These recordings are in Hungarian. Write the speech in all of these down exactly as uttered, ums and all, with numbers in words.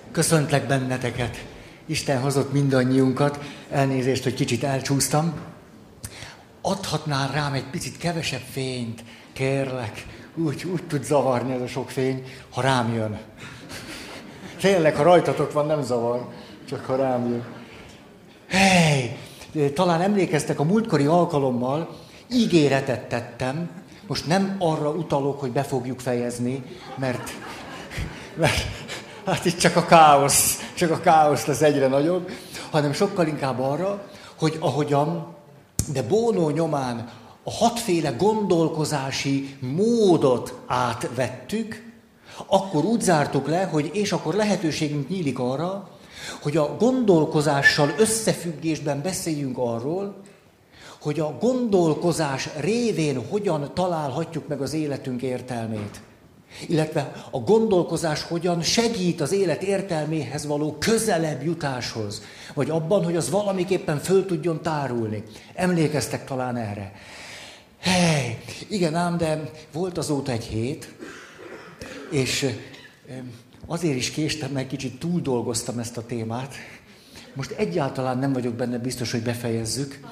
Köszöntlek benneteket. Isten hozott mindannyiunkat. Elnézést, hogy kicsit elcsúsztam. Adhatnál rám egy picit kevesebb fényt, kérlek. Úgy, úgy tud zavarni ez a sok fény, ha rám jön. Tényleg, ha rajtatok van, nem zavar, csak ha rám jön. Hey, talán emlékeztek, a múltkori alkalommal ígéretet tettem. Most nem arra utalok, hogy be fogjuk fejezni, mert, mert hát itt csak a káosz, csak a káosz lesz egyre nagyobb, hanem sokkal inkább arra, hogy ahogyan, de Bono nyomán a hatféle gondolkozási módot átvettük, akkor úgy zártuk le, hogy és akkor lehetőségünk nyílik arra, hogy a gondolkozással összefüggésben beszéljünk arról, hogy a gondolkozás révén hogyan találhatjuk meg az életünk értelmét. Illetve a gondolkozás hogyan segít az élet értelméhez való közelebb jutáshoz. Vagy abban, hogy az valamiképpen föl tudjon tárulni. Emlékeztek talán erre. Hey, igen ám, de volt azóta egy hét, és azért is késtem, mert kicsit túl dolgoztam ezt a témát. Most egyáltalán nem vagyok benne biztos, hogy befejezzük.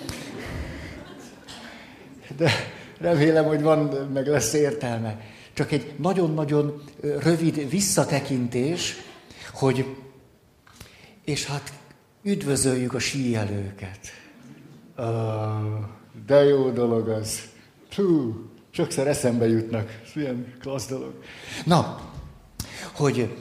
De remélem, hogy van, meg lesz értelme. Csak egy nagyon-nagyon rövid visszatekintés, hogy és hát üdvözöljük a síelőket. Uh, de jó dolog az. Hú, sokszor eszembe jutnak. Ez milyen klassz dolog. Na, hogy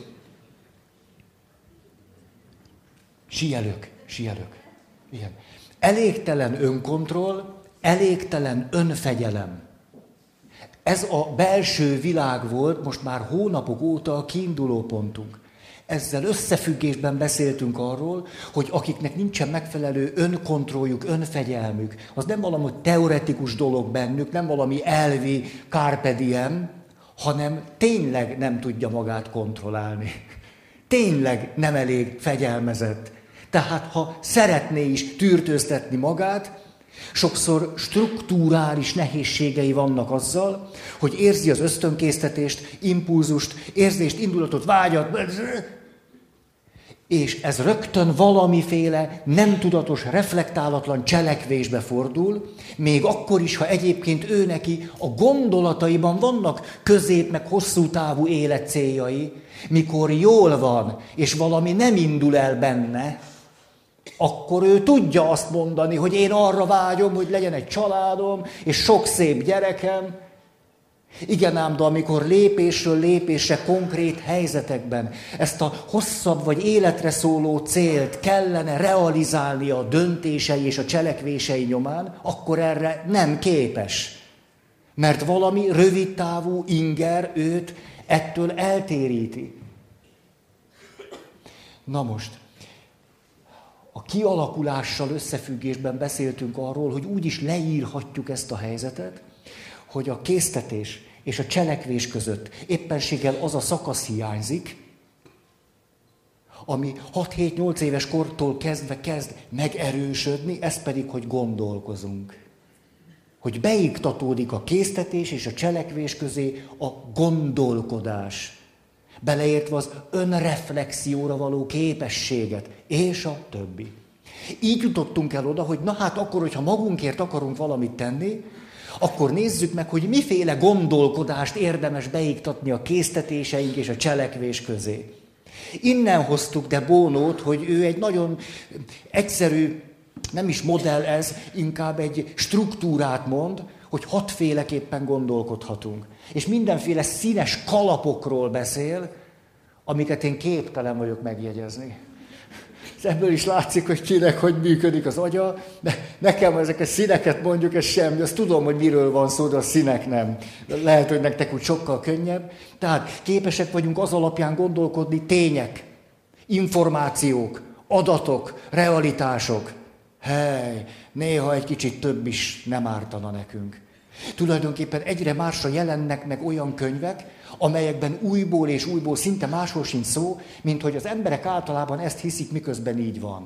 síelők, síelők. Igen. Elégtelen önkontroll, elégtelen önfegyelem. Ez a belső világ volt most már hónapok óta a kiinduló pontunk. Ezzel összefüggésben beszéltünk arról, hogy akiknek nincsen megfelelő önkontrolljuk, önfegyelmük, az nem valami teoretikus dolog bennük, nem valami elvi carpe diem, hanem tényleg nem tudja magát kontrollálni. Tényleg nem elég fegyelmezett. Tehát ha szeretné is tűrtőztetni magát, sokszor strukturális nehézségei vannak azzal, hogy érzi az ösztönkésztetést, impulzust, érzést, indulatot, vágyat, és ez rögtön valamiféle nem tudatos, reflektálatlan cselekvésbe fordul, még akkor is, ha egyébként ő neki a gondolataiban vannak közép- meg hosszú távú életcéljai, mikor jól van, és valami nem indul el benne, akkor ő tudja azt mondani, hogy én arra vágyom, hogy legyen egy családom, és sok szép gyerekem. Igen ám, de amikor lépésről lépésre, konkrét helyzetekben ezt a hosszabb vagy életre szóló célt kellene realizálni a döntései és a cselekvései nyomán, akkor erre nem képes. Mert valami rövidtávú inger őt ettől eltéríti. Na most, a kialakulással összefüggésben beszéltünk arról, hogy úgy is leírhatjuk ezt a helyzetet, hogy a késztetés és a cselekvés között éppenséggel az a szakasz hiányzik, ami hat-hét-nyolc éves kortól kezdve kezd megerősödni, ez pedig, hogy gondolkozunk. Hogy beiktatódik a késztetés és a cselekvés közé a gondolkodás. Beleértve az önreflexióra való képességet, és a többi. Így jutottunk el oda, hogy na hát akkor, hogyha magunkért akarunk valamit tenni, akkor nézzük meg, hogy miféle gondolkodást érdemes beiktatni a késztetéseink és a cselekvés közé. Innen hoztuk de Bonót, hogy ő egy nagyon egyszerű, nem is modell ez, inkább egy struktúrát mond, hogy hatféleképpen gondolkodhatunk. És mindenféle színes kalapokról beszél, amiket én képtelen vagyok megjegyezni. Ebből is látszik, hogy kinek hogy működik az agya, de nekem ezeket színeket mondjuk, ez semmi, azt tudom, hogy miről van szó, de a színek nem. Lehet, hogy nektek úgy sokkal könnyebb. Tehát képesek vagyunk az alapján gondolkodni tények, információk, adatok, realitások. Hely, néha egy kicsit több is nem ártana nekünk. Tulajdonképpen egyre másra jelennek meg olyan könyvek, amelyekben újból és újból szinte máshol sincs szó, mint hogy az emberek általában ezt hiszik, miközben így van.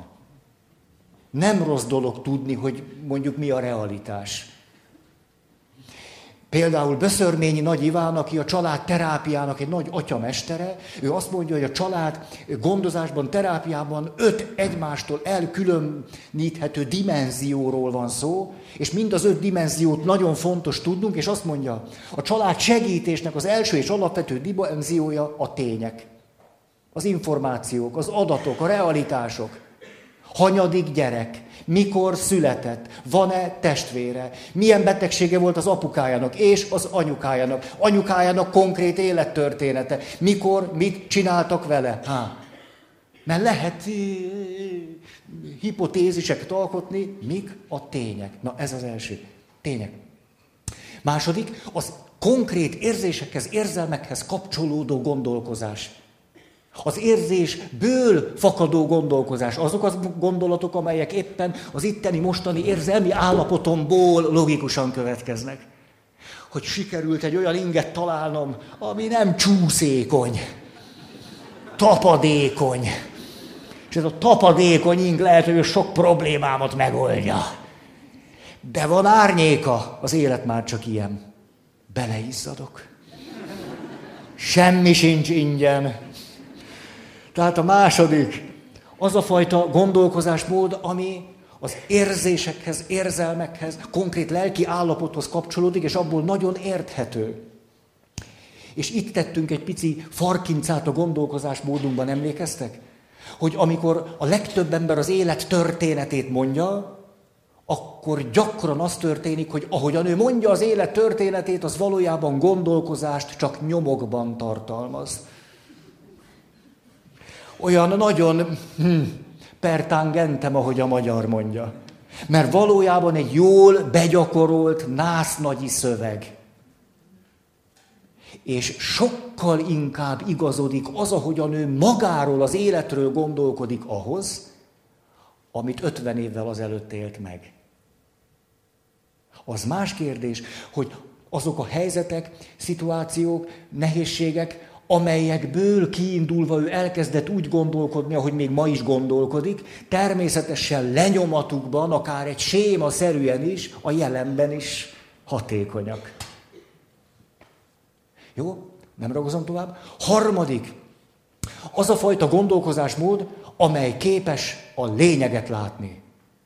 Nem rossz dolog tudni, hogy mondjuk mi a realitás. Például Böszörményi Nagy Iván, aki a család terápiának egy nagy atyamestere, ő azt mondja, hogy a család gondozásban, terápiában öt egymástól elkülöníthető dimenzióról van szó, és mind az öt dimenziót nagyon fontos tudnunk, és azt mondja, a család segítésnek az első és alapvető dimenziója a tények, az információk, az adatok, a realitások. Hanyadik gyerek, mikor született, van-e testvére, milyen betegsége volt az apukájának és az anyukájának, anyukájának konkrét élettörténete, mikor, mit csináltak vele. Há. Mert lehet hipotéziseket alkotni, mik a tények. Na ez az első. Tények. Második, az konkrét érzésekhez, érzelmekhez kapcsolódó gondolkozás. Az érzésből fakadó gondolkozás, azok a gondolatok, amelyek éppen az itteni, mostani érzelmi állapotomból logikusan következnek. Hogy sikerült egy olyan inget találnom, ami nem csúszékony, tapadékony. És ez a tapadékony ing lehet, hogy sok problémámat megoldja. De van árnyéka, az élet már csak ilyen. Beleizzadok. Semmi sincs ingyen. Tehát a második, az a fajta gondolkozásmód, ami az érzésekhez, érzelmekhez, konkrét lelki állapothoz kapcsolódik, és abból nagyon érthető. És itt tettünk egy pici farkincát a gondolkozásmódunkban, emlékeztek? Hogy amikor a legtöbb ember az élet történetét mondja, akkor gyakran az történik, hogy ahogyan ő mondja az élet történetét, az valójában gondolkozást csak nyomokban tartalmaz. Olyan nagyon hm, per tangentem, ahogy a magyar mondja. Mert valójában egy jól begyakorolt, násznagyi szöveg. És sokkal inkább igazodik az, ahogyan ő magáról, az életről gondolkodik ahhoz, amit ötven évvel azelőtt élt meg. Az más kérdés, hogy azok a helyzetek, szituációk, nehézségek, amelyekből kiindulva ő elkezdett úgy gondolkodni, ahogy még ma is gondolkodik, természetesen lenyomatukban, akár egy sémaszerűen is, a jelenben is hatékonyak. Jó? Nem ragozom tovább. Harmadik, az a fajta gondolkozásmód, amely képes a lényeget látni.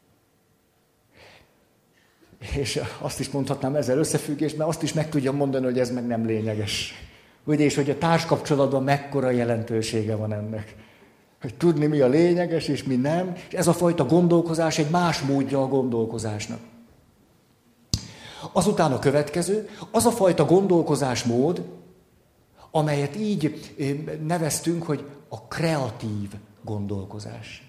És azt is mondhatnám ezzel összefüggés, mert azt is meg tudjam mondani, hogy ez meg nem lényeges. Ugye, és hogy a társkapcsolatban mekkora jelentősége van ennek. Hogy tudni, mi a lényeges, és mi nem. És ez a fajta gondolkozás egy más módja a gondolkozásnak. Azután a következő, az a fajta gondolkozásmód, amelyet így neveztünk, hogy a kreatív gondolkozás.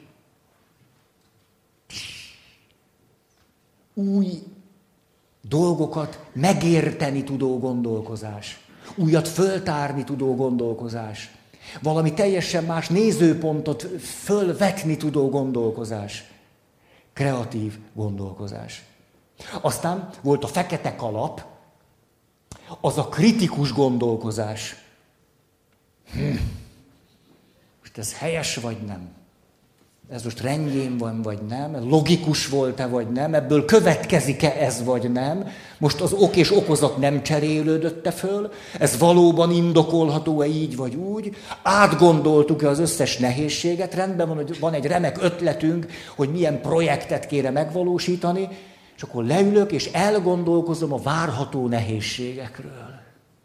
Új dolgokat megérteni tudó gondolkozás. Újat föltárni tudó gondolkozás. Valami teljesen más nézőpontot fölvetni tudó gondolkozás. Kreatív gondolkozás. Aztán volt a fekete kalap, az a kritikus gondolkozás. Hm. Most ez helyes vagy nem? Ez most rendjén van, vagy nem? Logikus volt-e, vagy nem? Ebből következik-e ez, vagy nem? Most az ok és okozat nem cserélődött-e föl? Ez valóban indokolható-e így, vagy úgy? Átgondoltuk-e az összes nehézséget? Rendben van, hogy van egy remek ötletünk, hogy milyen projektet kéne megvalósítani, és akkor leülök, és elgondolkozom a várható nehézségekről.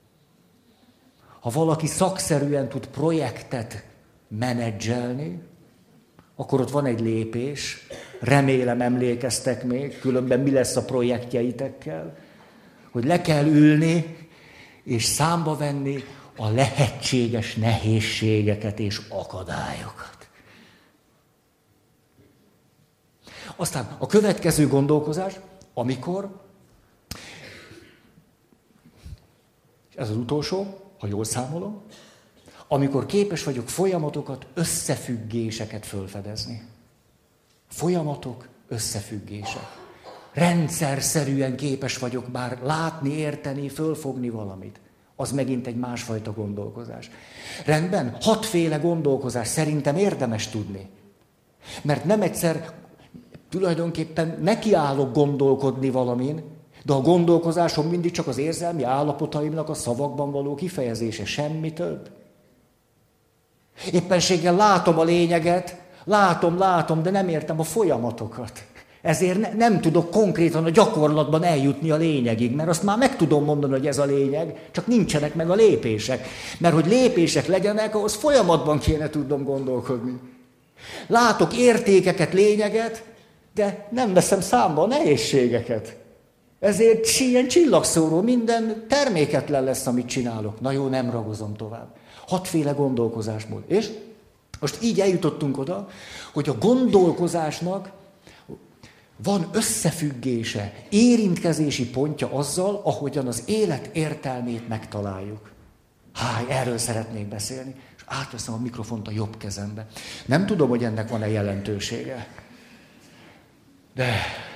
Ha valaki szakszerűen tud projektet menedzselni, akkor ott van egy lépés, remélem emlékeztek még, különben mi lesz a projektjeitekkel, hogy le kell ülni, és számba venni a lehetséges nehézségeket és akadályokat. Aztán a következő gondolkozás, amikor, ez az utolsó, ha jól számolom, amikor képes vagyok folyamatokat, összefüggéseket fölfedezni. Folyamatok, összefüggések. Rendszerszerűen képes vagyok már látni, érteni, fölfogni valamit. Az megint egy másfajta gondolkozás. Rendben, hatféle gondolkozás szerintem érdemes tudni. Mert nem egyszer tulajdonképpen nekiállok gondolkodni valamin, De a gondolkozásom mindig csak az érzelmi állapotaimnak a szavakban való kifejezése, semmi több. Éppenséggel látom a lényeget, látom, látom, de nem értem a folyamatokat. Ezért ne, nem tudok konkrétan a gyakorlatban eljutni a lényegig, mert azt már meg tudom mondani, hogy ez a lényeg, csak nincsenek meg a lépések. Mert hogy lépések legyenek, ahhoz folyamatban kéne tudnom gondolkodni. Látok értékeket, lényeget, de nem veszem számba a nehézségeket. Ezért ilyen csillagszóró, minden terméketlen lesz, amit csinálok. Na jó, nem ragozom tovább. Hatféle gondolkozásmód. És most így eljutottunk oda, hogy a gondolkozásnak van összefüggése, érintkezési pontja azzal, ahogyan az élet értelmét megtaláljuk. Háj, erről szeretnék beszélni, és átveszem a mikrofont a jobb kezembe. Nem tudom, hogy ennek van-e jelentősége. De...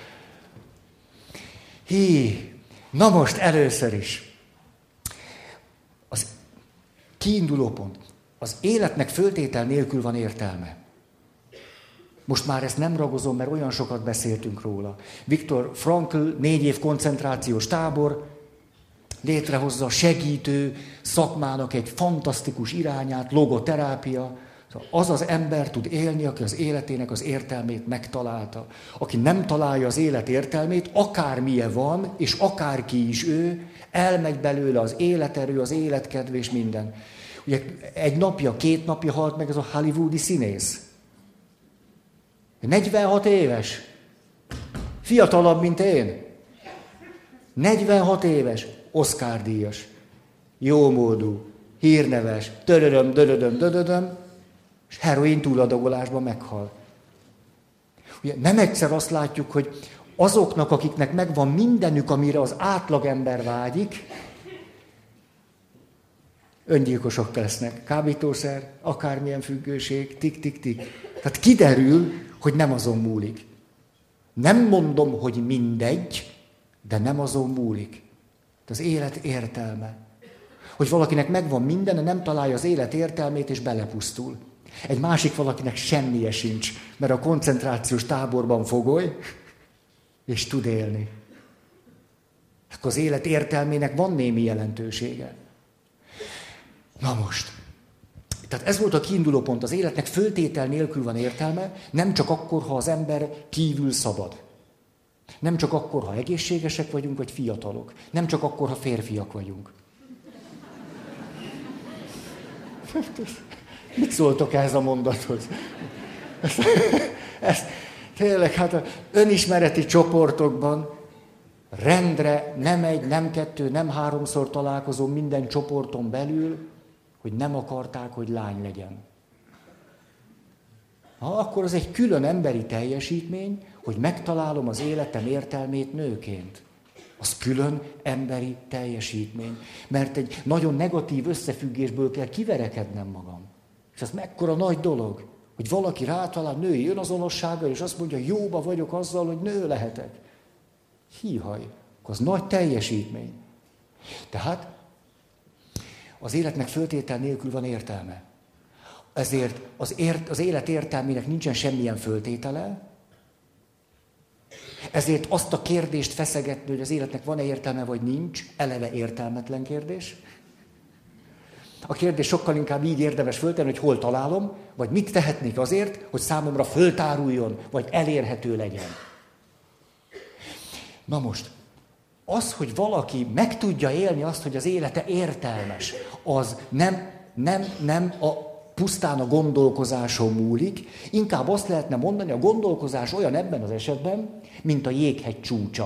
Hí, na most először is. Az kiinduló pont. Az életnek föltétel nélkül van értelme. Most már ezt nem ragozom, mert olyan sokat beszéltünk róla. Viktor Frankl, négy év koncentrációs tábor, létrehozza a segítő szakmának egy fantasztikus irányát, logoterápia. Az az ember tud élni, aki az életének az értelmét megtalálta. Aki nem találja az élet értelmét, akármilyen van, és akárki is ő, elmegy belőle az életerő, az életkedv és minden. Ugye egy napja, két napja halt meg ez a hollywoodi színész. negyvenhat éves. Fiatalabb, mint én. negyvenhat éves. Oscar-díjas. Jómódú. Hírneves. Töröröm, dörödöm, dödödöm. És heroin túladagolásban meghal. Ugye nem egyszer azt látjuk, hogy azoknak, akiknek megvan mindenük, amire az átlagember vágyik, öngyilkosok lesznek. Kábítószer, akármilyen függőség, tik-tik-tik. Tehát kiderül, hogy nem azon múlik. Nem mondom, hogy mindegy, de nem azon múlik. Az élet értelme. Hogy valakinek megvan minden, de nem találja az élet értelmét, és belepusztul. Egy másik valakinek semmije sincs, mert a koncentrációs táborban fogoly, és tud élni. Akkor az élet értelmének van némi jelentősége. Na most. Tehát ez volt a kiinduló pont. Az életnek föltétel nélkül van értelme, nem csak akkor, ha az ember kívül szabad. Nem csak akkor, ha egészségesek vagyunk, vagy fiatalok. Nem csak akkor, ha férfiak vagyunk. Mit szóltok ehhez a mondathoz? Ezt, ezt, tényleg, hát az önismereti csoportokban rendre nem egy, nem kettő, nem háromszor találkozom minden csoporton belül, hogy nem akarták, hogy lány legyen. Ha, akkor az egy külön emberi teljesítmény, hogy megtalálom az életem értelmét nőként. Az külön emberi teljesítmény. Mert egy nagyon negatív összefüggésből kell kiverekednem magam. És ez mekkora nagy dolog, hogy valaki rátalál női önazonossággal, és azt mondja, jóba vagyok azzal, hogy nő lehetek. Híhaj, az nagy teljesítmény. Tehát az életnek föltétel nélkül van értelme. Ezért az, ért, az élet értelmének nincsen semmilyen föltétele, ezért azt a kérdést feszegetni, hogy az életnek van-e értelme, vagy nincs, eleve értelmetlen kérdés. A kérdés sokkal inkább így érdemes föltenni, hogy hol találom, vagy mit tehetnék azért, hogy számomra föltáruljon, vagy elérhető legyen. Na most, az, hogy valaki meg tudja élni azt, hogy az élete értelmes, az nem, nem, nem a, pusztán a gondolkozáson múlik, inkább azt lehetne mondani, a gondolkozás olyan ebben az esetben, mint a jéghegy csúcsa.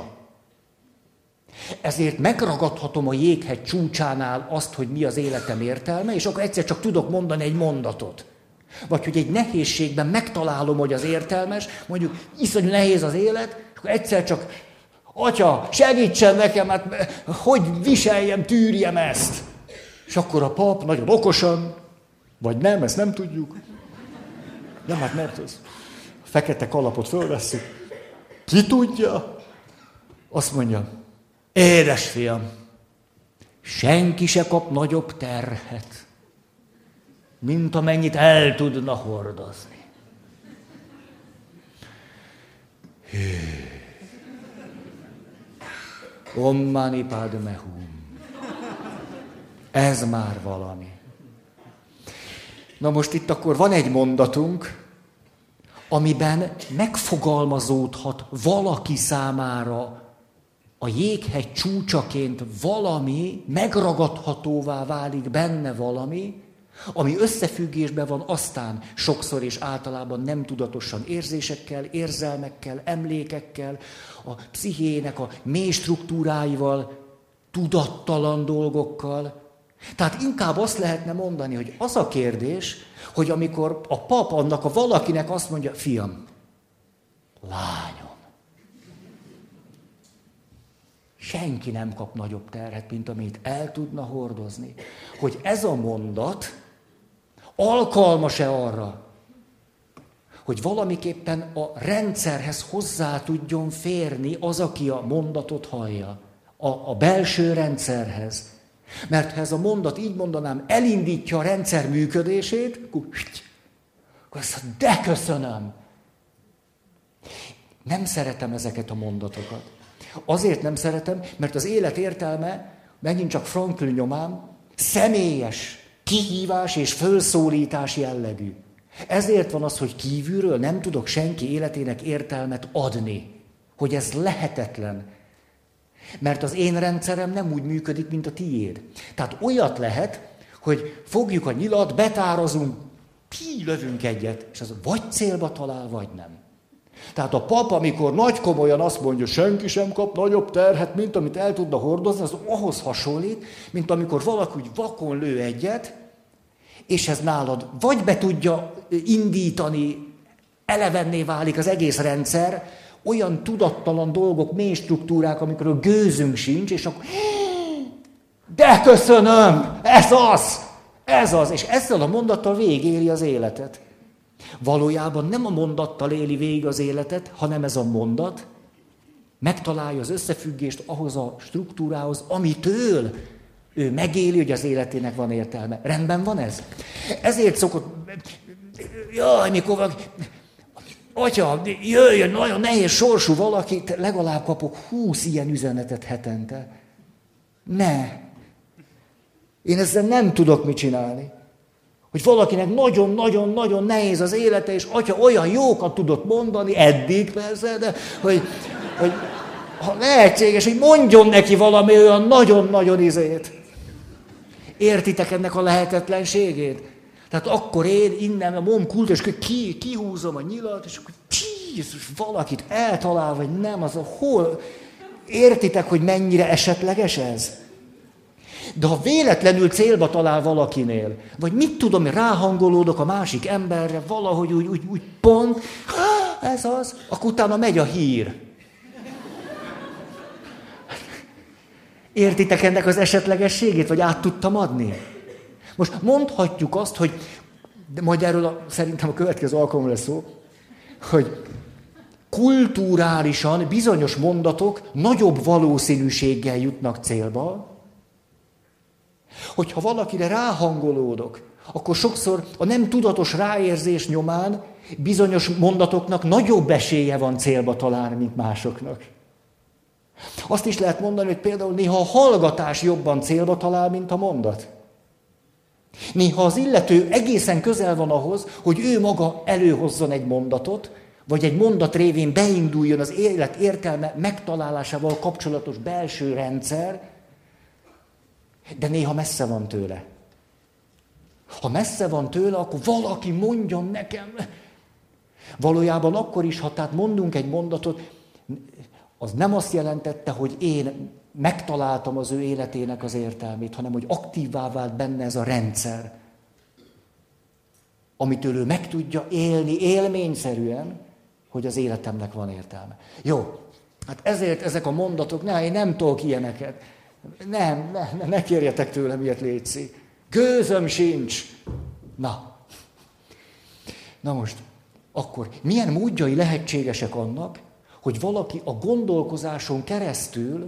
Ezért megragadhatom a jéghegy csúcsánál azt, hogy mi az életem értelme, és akkor egyszer csak tudok mondani egy mondatot. Vagy hogy egy nehézségben megtalálom, hogy az értelmes, mondjuk iszonyú nehéz az élet, és akkor egyszer csak, Atya, segítsen nekem, hát hogy viseljem, tűrjem ezt? És akkor a pap nagyon okosan, vagy nem, ezt nem tudjuk. Nem, hát mert az a fekete kalapot fölvesszük. Ki tudja? Azt mondja, édes fiam, senki se kap nagyobb terhet, mint amennyit el tudna hordozni. Hű. Om mani padme hum. Ez már valami. Na most itt akkor van egy mondatunk, amiben megfogalmazódhat valaki számára a jéghegy csúcsaként valami, megragadhatóvá válik benne valami, ami összefüggésben van aztán sokszor és általában nem tudatosan érzésekkel, érzelmekkel, emlékekkel, a pszichének a mély struktúráival, tudattalan dolgokkal. Tehát inkább azt lehetne mondani, hogy az a kérdés, hogy amikor a pap annak a valakinek azt mondja, fiam, lányom, senki nem kap nagyobb terhet, mint amit el tudna hordozni. Hogy ez a mondat alkalmas-e arra, hogy valamiképpen a rendszerhez hozzá tudjon férni az, aki a mondatot hallja. A, a belső rendszerhez. Mert ha ez a mondat, így mondanám, elindítja a rendszer működését, akkor, akkor azt mondja, de köszönöm. Nem szeretem ezeket a mondatokat. Azért nem szeretem, mert az élet értelme, megint csak Frankl nyomám, személyes kihívás és fölszólítás jellegű. Ezért van az, hogy kívülről nem tudok senki életének értelmet adni. Hogy ez lehetetlen. Mert az én rendszerem nem úgy működik, mint a tiéd. Tehát olyat lehet, hogy fogjuk a nyilat, betárazunk, kilövünk egyet, és az vagy célba talál, vagy nem. Tehát a pap, amikor nagy komolyan azt mondja, senki sem kap nagyobb terhet, mint amit el tudna hordozni, az ahhoz hasonlít, mint amikor valaki úgy vakon lő egyet, és ez nálad vagy be tudja indítani, elevenné válik az egész rendszer, olyan tudattalan dolgok, mély struktúrák, amikor a gőzünk sincs, és akkor de köszönöm, ez az, ez az, és ezzel a mondattal végéli az életet. Valójában nem a mondattal éli végig az életet, hanem ez a mondat megtalálja az összefüggést ahhoz a struktúrához, amitől ő megéli, hogy az életének van értelme. Rendben van ez? Ezért szokott, jaj, mikor valaki, atya, jöjjön, nagyon nehéz sorsú valaki, legalább kapok húsz ilyen üzenetet hetente. Ne. Én ezzel nem tudok mit csinálni. Hogy valakinek nagyon-nagyon-nagyon nehéz az élete, és atya olyan jókat tudott mondani, eddig persze, de hogy, hogy ha lehetséges, hogy mondjon neki valami olyan nagyon-nagyon izét. Értitek ennek a lehetetlenségét? Tehát akkor én innen a momkult, és ki, kihúzom a nyilat, és akkor Jézus, valakit eltalál, vagy nem, az a hol... Értitek, hogy mennyire esetleges ez? De ha véletlenül célba talál valakinél, vagy mit tudom, ráhangolódok a másik emberre, valahogy úgy, úgy, úgy pont, ez az, akkor utána megy a hír. Értitek ennek az esetlegességét, vagy át tudtam adni? Most mondhatjuk azt, hogy, de majd erről a, szerintem a következő alkalommal lesz szó, hogy kulturálisan bizonyos mondatok nagyobb valószínűséggel jutnak célba, hogyha valakire ráhangolódok, akkor sokszor a nem tudatos ráérzés nyomán bizonyos mondatoknak nagyobb esélye van célba találni, mint másoknak. Azt is lehet mondani, hogy például néha a hallgatás jobban célba talál, mint a mondat. Néha az illető egészen közel van ahhoz, hogy ő maga előhozzon egy mondatot, vagy egy mondat révén beinduljon az élet értelme megtalálásával kapcsolatos belső rendszer, de néha messze van tőle. Ha messze van tőle, akkor valaki mondjon nekem. Valójában akkor is, ha tehát mondunk egy mondatot, az nem azt jelentette, hogy én megtaláltam az ő életének az értelmét, hanem hogy aktívvá vált benne ez a rendszer, amitől ő meg tudja élni élményszerűen, hogy az életemnek van értelme. Jó, hát ezért ezek a mondatok, ne, én nem tudok ilyeneket. Nem, ne, ne kérjetek tőlem ilyet, létszi. Gőzöm sincs. Na. Na most, akkor milyen módjai lehetségesek annak, hogy valaki a gondolkozáson keresztül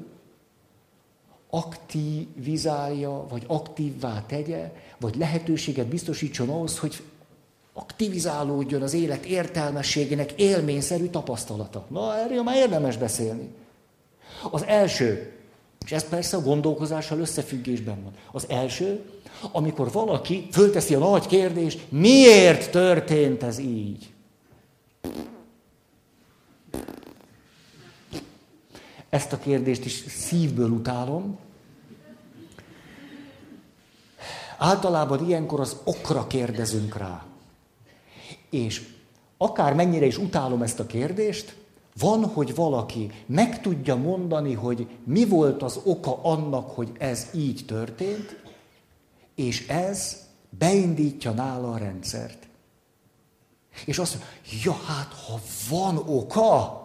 aktivizálja, vagy aktívvá tegye, vagy lehetőséget biztosítson ahhoz, hogy aktivizálódjon az élet értelmességének élményszerű tapasztalata. Na, erről már érdemes beszélni. Az első, És ez persze a gondolkozással összefüggésben van. Az első, amikor valaki fölteszi a nagy kérdést, miért történt ez így? Ezt a kérdést is szívből utálom. Általában ilyenkor az okra kérdezünk rá. És akár mennyire is utálom ezt a kérdést, van, hogy valaki meg tudja mondani, hogy mi volt az oka annak, hogy ez így történt, és ez beindítja nála a rendszert. És azt mondja, ja hát, ha van oka,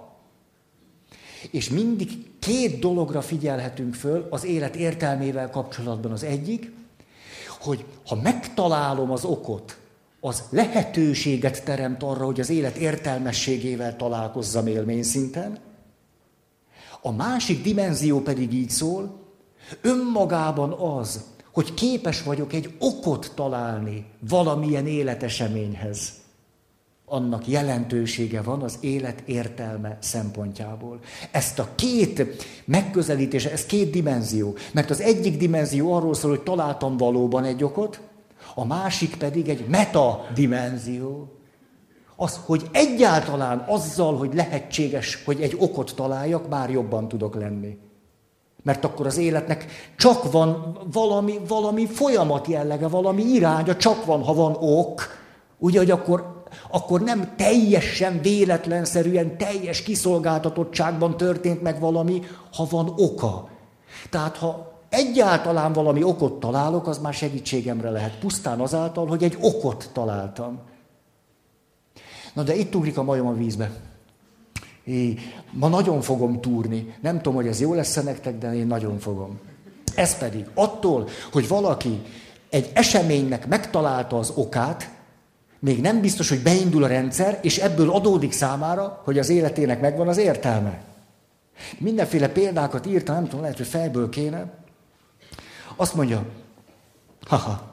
és mindig két dologra figyelhetünk föl az élet értelmével kapcsolatban. Az egyik, hogy ha megtalálom az okot, az lehetőséget teremt arra, hogy az élet értelmességével találkozzam élményszinten. A másik dimenzió pedig így szól, önmagában az, hogy képes vagyok egy okot találni valamilyen életeseményhez. Annak jelentősége van az élet értelme szempontjából. Ezt a két megközelítés, ez két dimenzió. Mert az egyik dimenzió arról szól, hogy találtam valóban egy okot, a másik pedig egy metadimenzió. Az, hogy egyáltalán azzal, hogy lehetséges, hogy egy okot találjak, már jobban tudok lenni. Mert akkor az életnek csak van valami, valami folyamat jellege, valami iránya, csak van, ha van ok. Ugye, hogy akkor, akkor nem teljesen véletlenszerűen, teljes kiszolgáltatottságban történt meg valami, ha van oka. Tehát, ha egyáltalán valami okot találok, az már segítségemre lehet. Pusztán azáltal, hogy egy okot találtam. Na de itt ugrik a majom a vízbe. É, ma nagyon fogom túrni. Nem tudom, hogy ez jó lesz nektek, de én nagyon fogom. Ez pedig attól, hogy valaki egy eseménynek megtalálta az okát, még nem biztos, hogy beindul a rendszer, és ebből adódik számára, hogy az életének megvan az értelme. Mindenféle példákat írtam, nem tudom, lehet, hogy fejből kéne. Azt mondja, haha,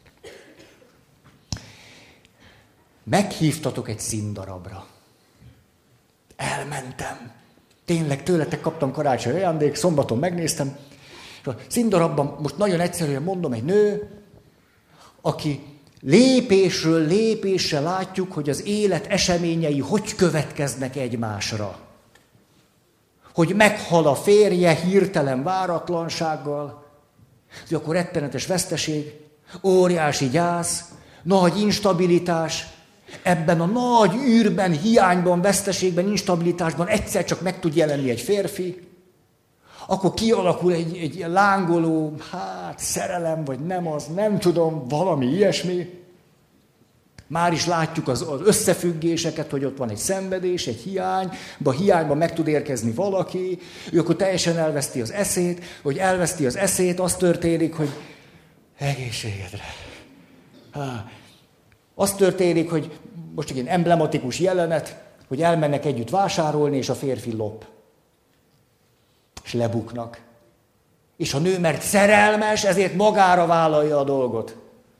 meghívtatok egy színdarabra. Elmentem. Tényleg tőletek kaptam karácsonyi ajándék, szombaton megnéztem. A színdarabban most nagyon egyszerűen mondom, egy nő, aki lépésről lépésre látjuk, hogy az élet eseményei hogy következnek egymásra. Hogy meghal a férje hirtelen váratlansággal, hogy akkor rettenetes veszteség, óriási gyász, nagy instabilitás, ebben a nagy űrben, hiányban, veszteségben, instabilitásban egyszer csak meg tud jelenni egy férfi, akkor kialakul egy, egy lángoló, hát szerelem, vagy nem az, nem tudom, valami ilyesmi. Már is látjuk az, az összefüggéseket, hogy ott van egy szenvedés, egy hiány, de a hiányban meg tud érkezni valaki, ő akkor teljesen elveszti az eszét, hogy elveszti az eszét, az történik, hogy egészségedre. Há. Az történik, hogy most egy ilyen emblematikus jelenet, hogy elmennek együtt vásárolni, és a férfi lop. És lebuknak. És a nő, mert szerelmes, ezért magára vállalja a dolgot.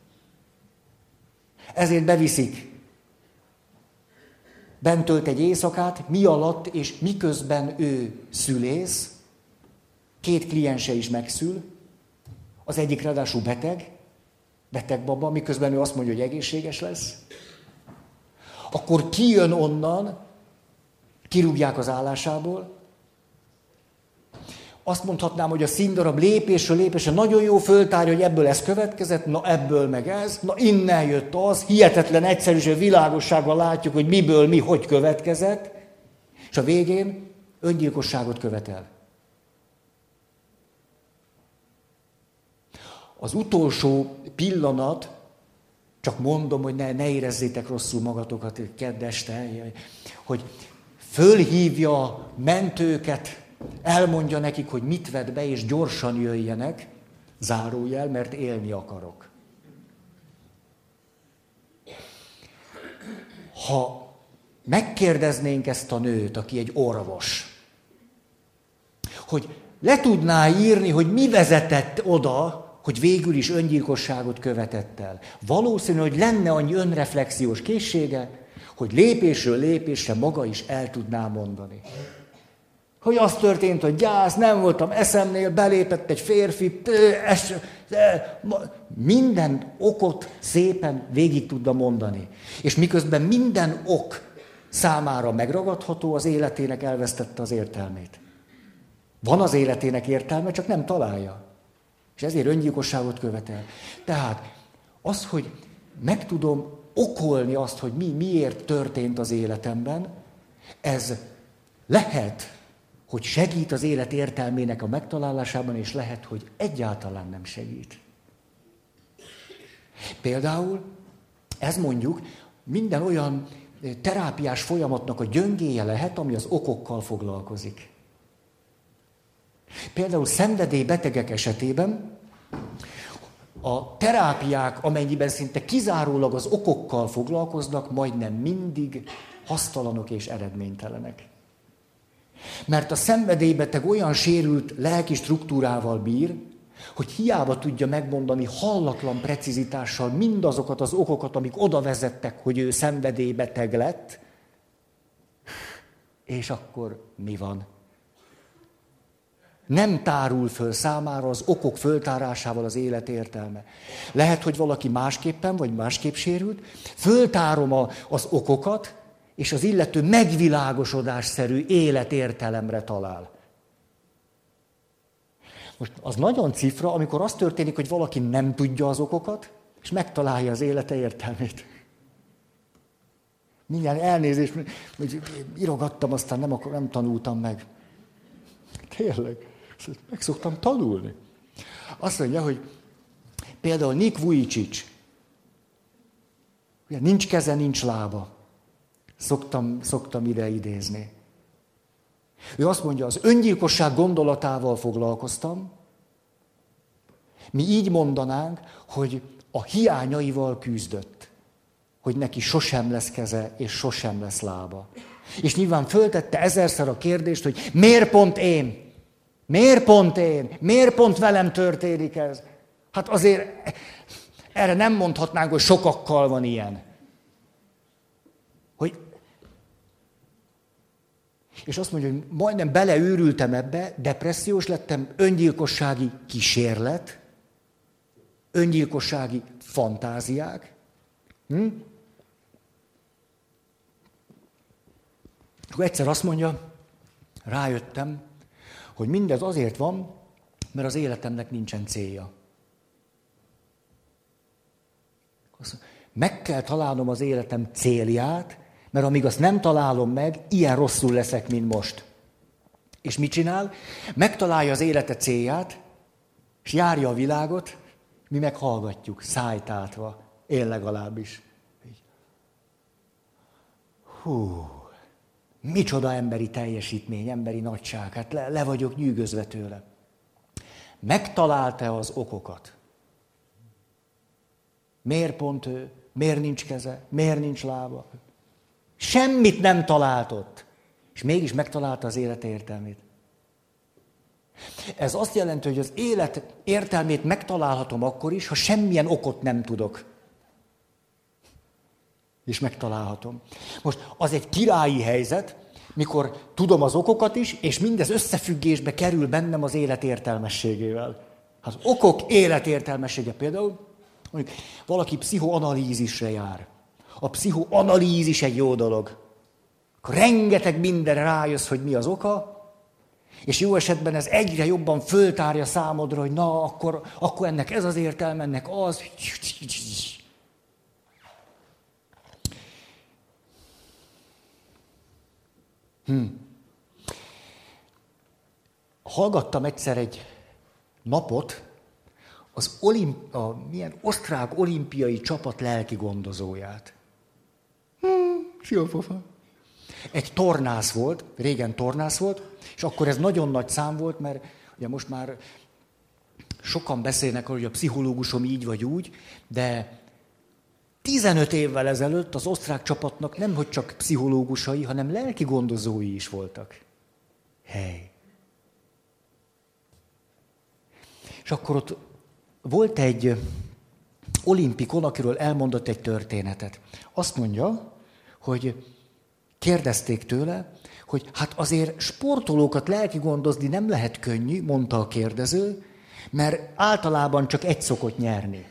Ezért beviszik. Bent tölt egy éjszakát, mi alatt és miközben ő szülész, két kliense is megszül, az egyik ráadásul beteg, beteg baba, miközben ő azt mondja, hogy egészséges lesz. Akkor kijön onnan, kirúgják az állásából. Azt mondhatnám, hogy a színdarab lépésről lépésre nagyon jó föltárja, hogy ebből ez következett, na ebből meg ez, na innen jött az, hihetetlen egyszerűség, világossággal látjuk, hogy miből mi, hogy következett, és a végén öngyilkosságot követel. Az utolsó pillanat, csak mondom, hogy ne, ne érezzétek rosszul magatokat kedd este, hogy fölhívja a mentőket, elmondja nekik, hogy mit vett be, és gyorsan jöjjenek, zárójel, mert élni akarok. Ha megkérdeznénk ezt a nőt, aki egy orvos, hogy le tudná írni, hogy mi vezetett oda, hogy végül is öngyilkosságot követett el. Valószínű, hogy lenne annyi önreflexiós készsége, hogy lépésről lépésre maga is el tudná mondani. Hogy az történt, hogy gyász, nem voltam eszemnél, belépett egy férfi, es, minden okot szépen végig tudna mondani. És miközben minden ok számára megragadható, az életének elvesztette az értelmét. Van az életének értelme, csak nem találja. És ezért öngyilkosságot követel. Tehát az, hogy meg tudom okolni azt, hogy mi miért történt az életemben, ez lehet, hogy segít az élet értelmének a megtalálásában, és lehet, hogy egyáltalán nem segít. Például ez mondjuk minden olyan terápiás folyamatnak a gyöngéje lehet, ami az okokkal foglalkozik. Például szenvedélybetegek esetében a terápiák, amennyiben szinte kizárólag az okokkal foglalkoznak, majdnem mindig hasztalanok és eredménytelenek. Mert a szenvedélybeteg olyan sérült lelki struktúrával bír, hogy hiába tudja megmondani hallatlan precizitással mindazokat az okokat, amik oda vezettek, hogy ő szenvedélybeteg lett, és akkor mi van? Nem tárul föl számára az okok föltárásával az élet értelme. Lehet, hogy valaki másképpen, vagy másképp sérült, föltárom a, az okokat, és az illető megvilágosodásszerű életértelemre talál. Most az nagyon cifra, amikor az történik, hogy valaki nem tudja az okokat, és megtalálja az élete értelmét. Mindjárt elnézést, hogy írogattam, aztán nem, nem tanultam meg. Tényleg, meg szoktam tanulni. Azt mondja, hogy például Nick Vujicic, nincs keze, nincs lába. Szoktam, szoktam ide idézni. Ő azt mondja, az öngyilkosság gondolatával foglalkoztam, mi így mondanánk, hogy a hiányaival küzdött, hogy neki sosem lesz keze, és sosem lesz lába. És nyilván föltette ezerszer a kérdést, hogy miért pont én? Miért pont én? Miért pont velem történik ez? Hát azért erre nem mondhatnánk, hogy sokakkal van ilyen. Hogy... És azt mondja, hogy majdnem beleőrültem ebbe, depressziós lettem, öngyilkossági kísérlet, öngyilkossági fantáziák. Hm? Akkor egyszer azt mondja, rájöttem, hogy mindez azért van, mert az életemnek nincsen célja. Meg kell találnom az életem célját, mert amíg azt nem találom meg, ilyen rosszul leszek, mint most. És mit csinál? Megtalálja az élete célját, és járja a világot, mi meg hallgatjuk, szájtátva, én legalábbis. Hú, micsoda emberi teljesítmény, emberi nagyság, hát le, le vagyok nyűgözve tőle. Megtalálta az okokat. Miért pont ő? Miért nincs keze? Miért nincs lába? Semmit nem talált ott. És mégis megtalálta az élet értelmét. Ez azt jelenti, hogy az élet értelmét megtalálhatom akkor is, ha semmilyen okot nem tudok. És megtalálhatom. Most az egy királyi helyzet, mikor tudom az okokat is, és mindez összefüggésbe kerül bennem az élet értelmességével. Az okok életértelmessége például, mondjuk valaki pszichoanalízisre jár. A pszichoanalízis egy jó dolog. Akkor rengeteg mindenre rájössz, hogy mi az oka, és jó esetben ez egyre jobban föltárja számodra, hogy na, akkor, akkor ennek ez az értelme, ennek az. Hm. Hallgattam egyszer egy napot az olimp, a, milyen osztrák olimpiai csapat lelki gondozóját. Hm, jó pofa. Egy tornász volt, régen tornász volt, és akkor ez nagyon nagy szám volt, mert ugye most már sokan beszélnek arról, hogy a pszichológusom így vagy úgy, de tizenöt évvel ezelőtt az osztrák csapatnak nemhogy csak pszichológusai, hanem lelki gondozói is voltak. Hely. És akkor ott volt egy olimpikon, akiről elmondott egy történetet. Azt mondja, hogy kérdezték tőle, hogy hát azért sportolókat lelki gondozni nem lehet könnyű, mondta a kérdező, mert általában csak egy szokott nyerni.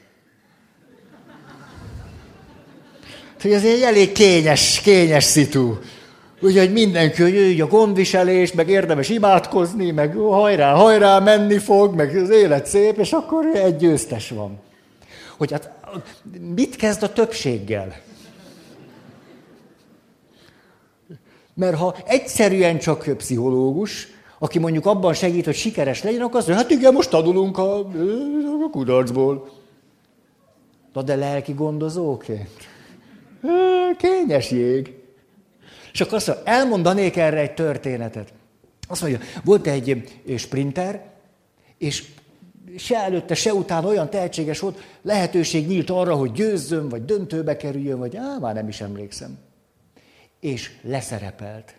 Hogy ez egy elég kényes, kényes szitu. Úgyhogy mindenki, hogy jöjj a gondviselés, meg érdemes imádkozni, meg hajrá, hajrá, menni fog, meg az élet szép, és akkor egy győztes van. Hogy hát mit kezd a többséggel? Mert ha egyszerűen csak pszichológus, aki mondjuk abban segít, hogy sikeres legyen, akkor azt mondja, hát igen, most tanulunk a, a kudarcból. Na de lelki gondozóként? Kényes jég. És akkor azt mondja, elmondanék erre egy történetet. Azt mondja, volt egy sprinter, és se előtte, se utána olyan tehetséges volt, lehetőség nyílt arra, hogy győzzön, vagy döntőbe kerüljön, vagy á, már nem is emlékszem. És leszerepelt.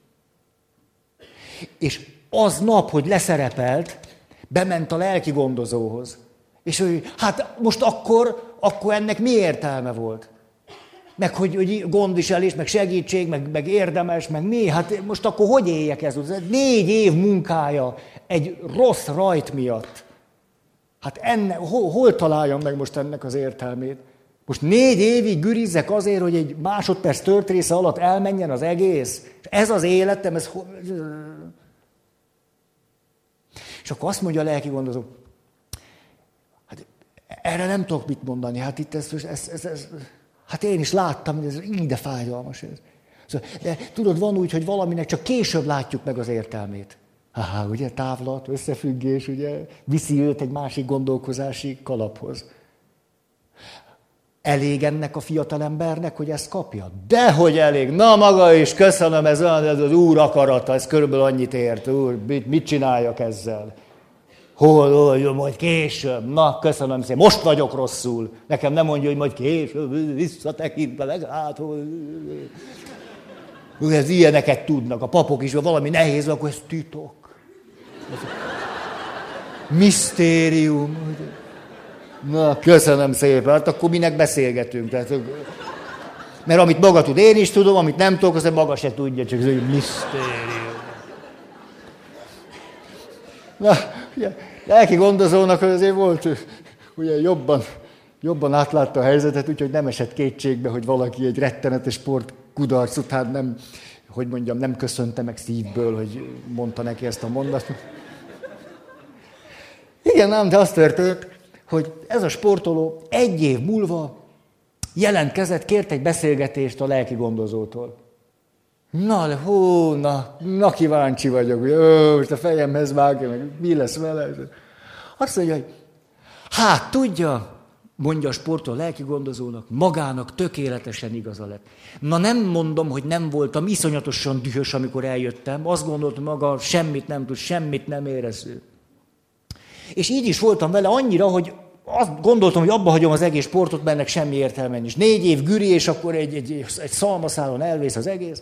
És aznap, hogy leszerepelt, bement a lelki gondozóhoz. És hogy hát most akkor, akkor ennek mi értelme volt? Meg hogy, hogy gondviselés, meg segítség, meg, meg érdemes, meg mi? Hát most akkor hogy éljek ez? Négy év munkája egy rossz rajt miatt. Hát enne, hol, hol találjam meg most ennek az értelmét? Most négy évig gürizzek azért, hogy egy másodperc történésze alatt elmenjen az egész? És ez az életem, ez... És akkor azt mondja a lelki gondozó, hát erre nem tudok mit mondani, hát itt ez, ez, ez, ez hát én is láttam, hogy ez így de fájdalmas ez. De tudod, van úgy, hogy valaminek csak később látjuk meg az értelmét. Há, ugye, távlat, összefüggés, ugye, viszi őt egy másik gondolkozási kalaphoz. Elég ennek a fiatalembernek, hogy ezt kapja? Dehogy elég. Na maga is, köszönöm, ez, ez az Úr akarata, ez körülbelül annyit ért. Úr, mit, mit csináljak ezzel? Hol, hol, jó, majd később. Na, köszönöm szépen, most vagyok rosszul. Nekem nem mondja, hogy majd később, visszatekintve, meglátod. Ez ilyeneket tudnak, a papok is, ha valami nehéz, akkor ez titok. Misztérium. Na, köszönöm szépen, hát akkor minek beszélgetünk. Tehát, mert amit maga tud, én is tudom, amit nem tudok, azt maga se tudja, csak ez egy misztérium. Na, ugye, lelki gondozónak azért volt, ugye jobban, jobban átlátta a helyzetet, úgyhogy nem esett kétségbe, hogy valaki egy rettenetes sport kudarc után nem, hogy mondjam, nem köszönte meg szívből, hogy mondta neki ezt a mondatot. Igen, ám, de az történt, hogy ez a sportoló egy év múlva jelentkezett, kért egy beszélgetést a lelki gondozótól. Na, hú, na, na kíváncsi vagyok, hogy ó, most a fejemhez vágja, meg mi lesz vele. Azt mondja, hogy hát tudja, mondja a sportoló a lelki gondozónak, magának tökéletesen igaza lett. Na nem mondom, hogy nem voltam iszonyatosan dühös, amikor eljöttem, azt gondoltam maga, semmit nem tud, semmit nem érez. És így is voltam vele annyira, hogy azt gondoltam, hogy abba hagyom az egész sportot, mert ennek semmi értelme nincs. Négy év güri, és akkor egy, egy, egy szalmaszálon elvész az egész.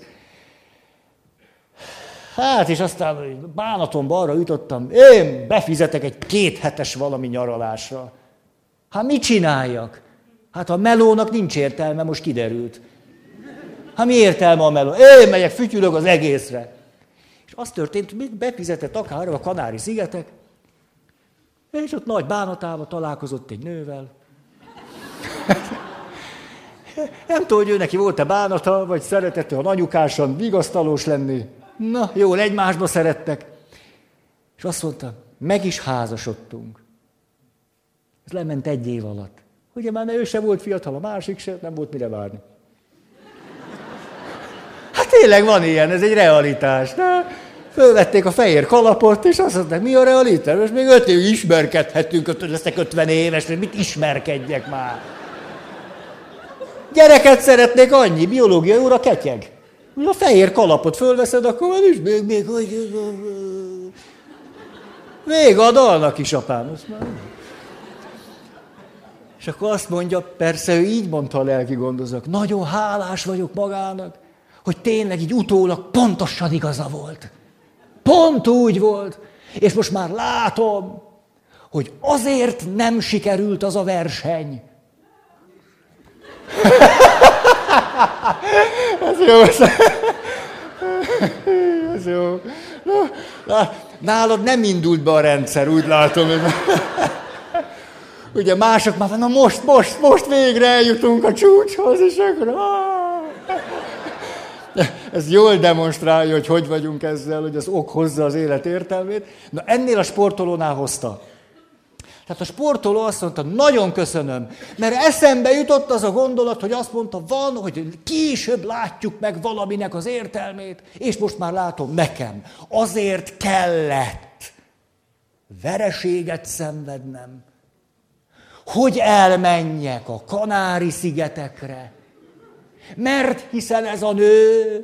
Hát, és aztán bánatomba arra jutottam, én befizetek egy kéthetes valami nyaralásra. Hát mit csináljak? Hát a melónak nincs értelme, most kiderült. Hát mi értelme a meló? Én megyek, fütyülök az egészre. És az történt, hogy befizetett akár a Kanári-szigetek, és ott nagy bánatában találkozott egy nővel. Nem tudom, hogy ő neki volt-e bánata, vagy szeretett olyan anyukásan vigasztalós lenni. Na, jól egymásba szerettek. És azt mondta, meg is házasodtunk. Ez lement egy év alatt. Ugye már ő se volt fiatal, a másik se, nem volt mire várni. Hát tényleg van ilyen, ez egy realitás. De fölvették a fehér kalapot, és azt mondták, mi a realitás? Most még öt évig ismerkedhetünk, leszek ötven éves, mit ismerkedjek már? Gyereket szeretnék, annyi, biológiai óra ketyeg. A fehér kalapot fölveszed, akkor már is még, még, hogy... Még a dalnak is, apám. És akkor azt mondja, persze ő így mondta a lelki gondozók, nagyon hálás vagyok magának, hogy tényleg így utólag pontosan igaza volt. Pont úgy volt. És most már látom, hogy azért nem sikerült az a verseny. Ez jó. jó. Nálad nem indult be a rendszer, úgy látom. Ugye mások már, na most, most, most végre eljutunk a csúcshoz, és akkor... Ez jól demonstrálja, hogy hogy vagyunk ezzel, hogy az ok hozza az élet értelmét. Na ennél a sportolónál hozta. Tehát a sportoló azt mondta, nagyon köszönöm, mert eszembe jutott az a gondolat, hogy azt mondta, van, hogy később látjuk meg valaminek az értelmét, és most már látom nekem. Azért kellett vereséget szenvednem, hogy elmenjek a Kanári-szigetekre, mert hiszen ez a nő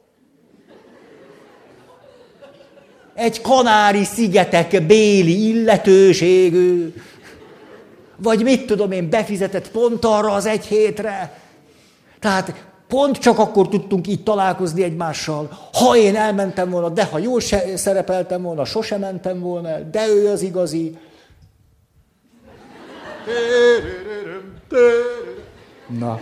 egy Kanári-szigetek béli illetőségű, vagy mit tudom én, befizetett pont arra az egy hétre. Tehát pont csak akkor tudtunk így találkozni egymással. Ha én elmentem volna, de ha jól se szerepeltem volna, sosem mentem volna el, de ő az igazi. Na.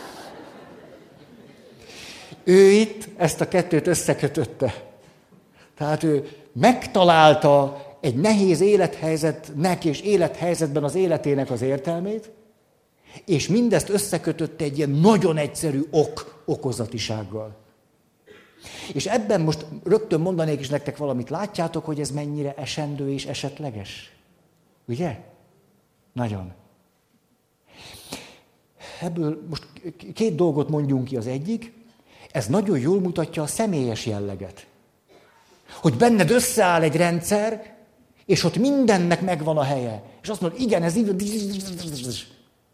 Ő itt ezt a kettőt összekötötte. Tehát ő megtalálta egy nehéz élethelyzetnek és élethelyzetben az életének az értelmét, és mindezt összekötötte egy ilyen nagyon egyszerű ok-okozatisággal. És ebben most rögtön mondanék is nektek valamit. Látjátok, hogy ez mennyire esendő és esetleges? Ugye? Nagyon. Ebből most két dolgot mondjunk ki. Az egyik, ez nagyon jól mutatja a személyes jelleget. Hogy benned összeáll egy rendszer, és ott mindennek megvan a helye. És azt mondod, igen, ez így...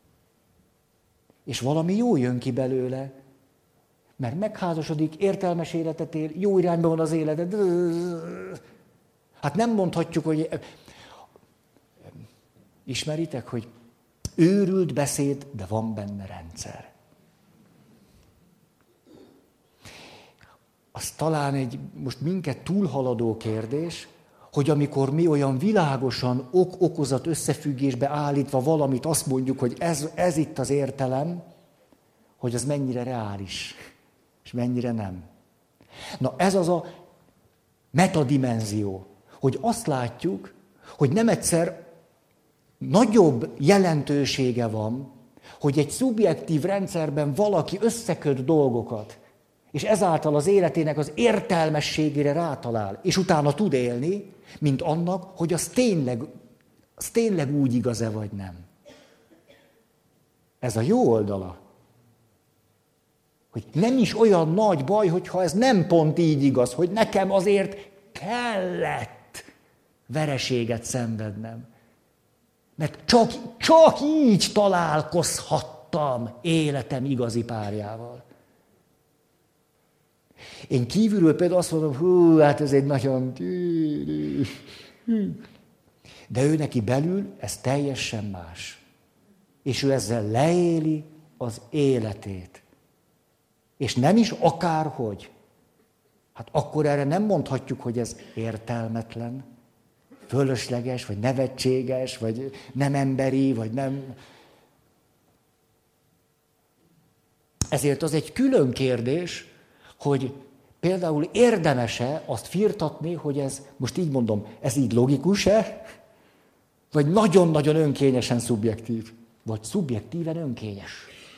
És valami jó jön ki belőle. Mert megházasodik, értelmes életet él, jó irányban van az életed. Hát nem mondhatjuk, hogy... Ismeritek, hogy őrült beszéd, de van benne rendszer. Az talán egy most minket túlhaladó kérdés, hogy amikor mi olyan világosan ok-okozat összefüggésbe állítva valamit azt mondjuk, hogy ez, ez itt az értelem, hogy az mennyire reális, és mennyire nem. Na ez az a metadimenzió, hogy azt látjuk, hogy nem egyszer nagyobb jelentősége van, hogy egy szubjektív rendszerben valaki összeköt dolgokat, és ezáltal az életének az értelmességére rátalál, és utána tud élni, mint annak, hogy az tényleg, az tényleg úgy igaz-e vagy nem. Ez a jó oldala. Hogy nem is olyan nagy baj, hogyha ez nem pont így igaz, hogy nekem azért kellett vereséget szenvednem. Mert csak, csak így találkozhattam életem igazi párjával. Én kívülről például azt mondom, hú, hát ez egy nagyon... De ő neki belül ez teljesen más. És ő ezzel leéli az életét. És nem is akárhogy. Hát akkor erre nem mondhatjuk, hogy ez értelmetlen, fölösleges, vagy nevetséges, vagy nem emberi, vagy nem... Ezért az egy külön kérdés, hogy például érdemes-e azt firtatni, hogy ez, most így mondom, ez így logikus-e, vagy nagyon-nagyon önkényesen szubjektív, vagy szubjektíven önkényes.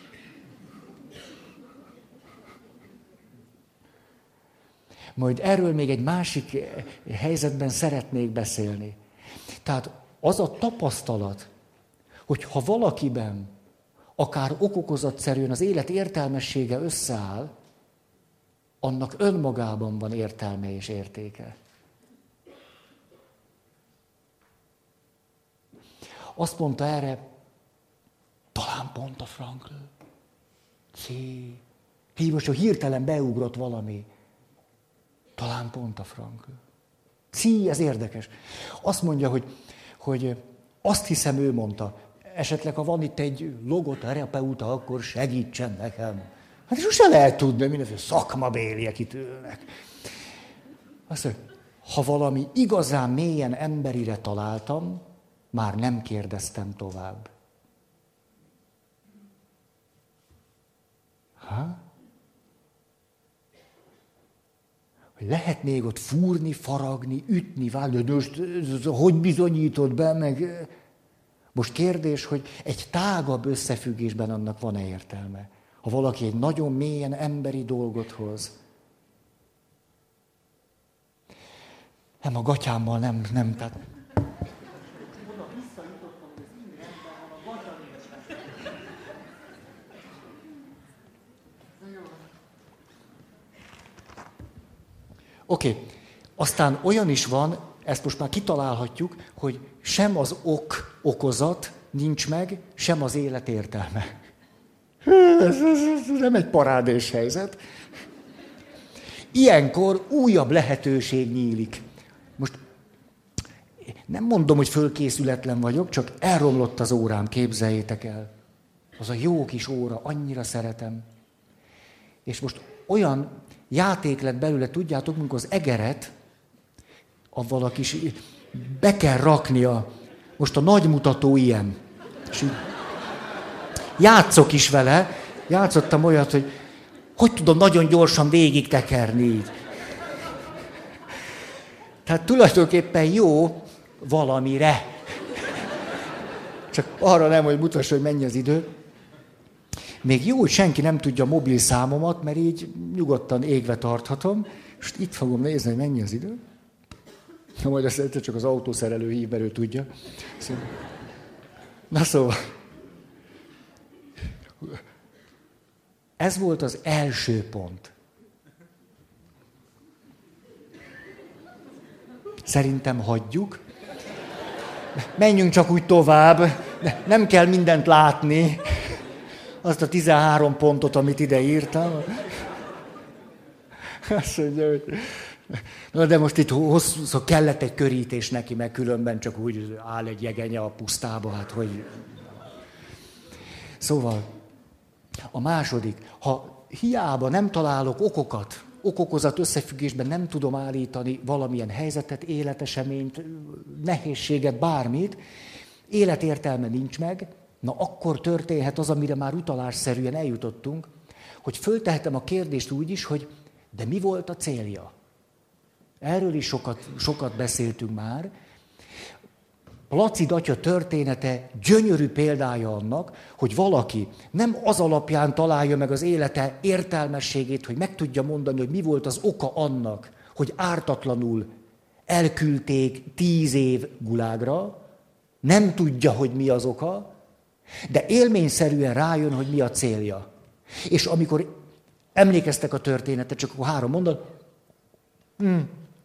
Majd erről még egy másik helyzetben szeretnék beszélni. Tehát az a tapasztalat, hogy ha valakiben akár okokozatszerűen az élet értelmessége összeáll, annak önmagában van értelme és értéke. Azt mondta erre, talán pont a Frankl. Szí. Hí, most hirtelen beugrott valami. Talán pont a Frankl. Szí, ez érdekes. Azt mondja, hogy, hogy azt hiszem ő mondta, esetleg ha van itt egy logoterapeuta, akkor segítsen nekem. Hát sose lehet tudni, mindenféle szakmabéliek itt ülnek. Azt mondja, ha valami igazán mélyen emberire találtam, már nem kérdeztem tovább. Ha? hogy lehet még ott fúrni, faragni, ütni, vágni, de most hogy bizonyítod be, meg... Most kérdés, hogy egy tágabb összefüggésben annak van-e értelme? Ha valaki egy nagyon mélyen emberi dolgot hoz. Nem, a gatyámmal nem, nem, tehát... Oké, okay. Aztán olyan is van, ezt most már kitalálhatjuk, hogy sem az ok okozat nincs meg, sem az élet értelme. Ez, ez, ez nem egy parádés helyzet. Ilyenkor újabb lehetőség nyílik. Most nem mondom, hogy fölkészületlen vagyok, csak elromlott az órám, képzeljétek el. Az a jó kis óra, annyira szeretem. És most olyan játék lett belőle, tudjátok, amikor az egeret, avval a kis, be kell raknia. Most a nagymutató ilyen. És így játszok is vele, játszottam olyat, hogy hogy tudom nagyon gyorsan végig tekerni így. Tehát tulajdonképpen jó valamire. Csak arra nem, hogy mutassa, hogy mennyi az idő. Még jó, hogy senki nem tudja a mobil számomat, mert így nyugodtan égve tarthatom. És itt fogom nézni, hogy mennyi az idő. Na majd azt csak az autószerelő hív, mert ő tudja. Na szóval. Ez volt az első pont. Szerintem hagyjuk. Menjünk csak úgy tovább. Nem kell mindent látni. Azt a tizenhárom pontot, amit ide írtam. Azt mondja, hogy... Na de most itt hosszú, szóval kellett egy körítés neki, meg különben csak úgy áll egy jegenye a pusztába, hát hogy... Szóval, a második, ha hiába nem találok okokat, okokozat összefüggésben nem tudom állítani valamilyen helyzetet, életeseményt, nehézséget, bármit, életértelme nincs meg, na akkor történhet az, amire már utalásszerűen eljutottunk, hogy föltehetem a kérdést úgy is, hogy de mi volt a célja? Erről is sokat, sokat beszéltünk már. Placid atya története gyönyörű példája annak, hogy valaki nem az alapján találja meg az élete értelmességét, hogy meg tudja mondani, hogy mi volt az oka annak, hogy ártatlanul elküldték tíz év gulágra, nem tudja, hogy mi az oka, de élményszerűen rájön, hogy mi a célja. És amikor emlékeztek a történetet, csak akkor három mondat, hmm.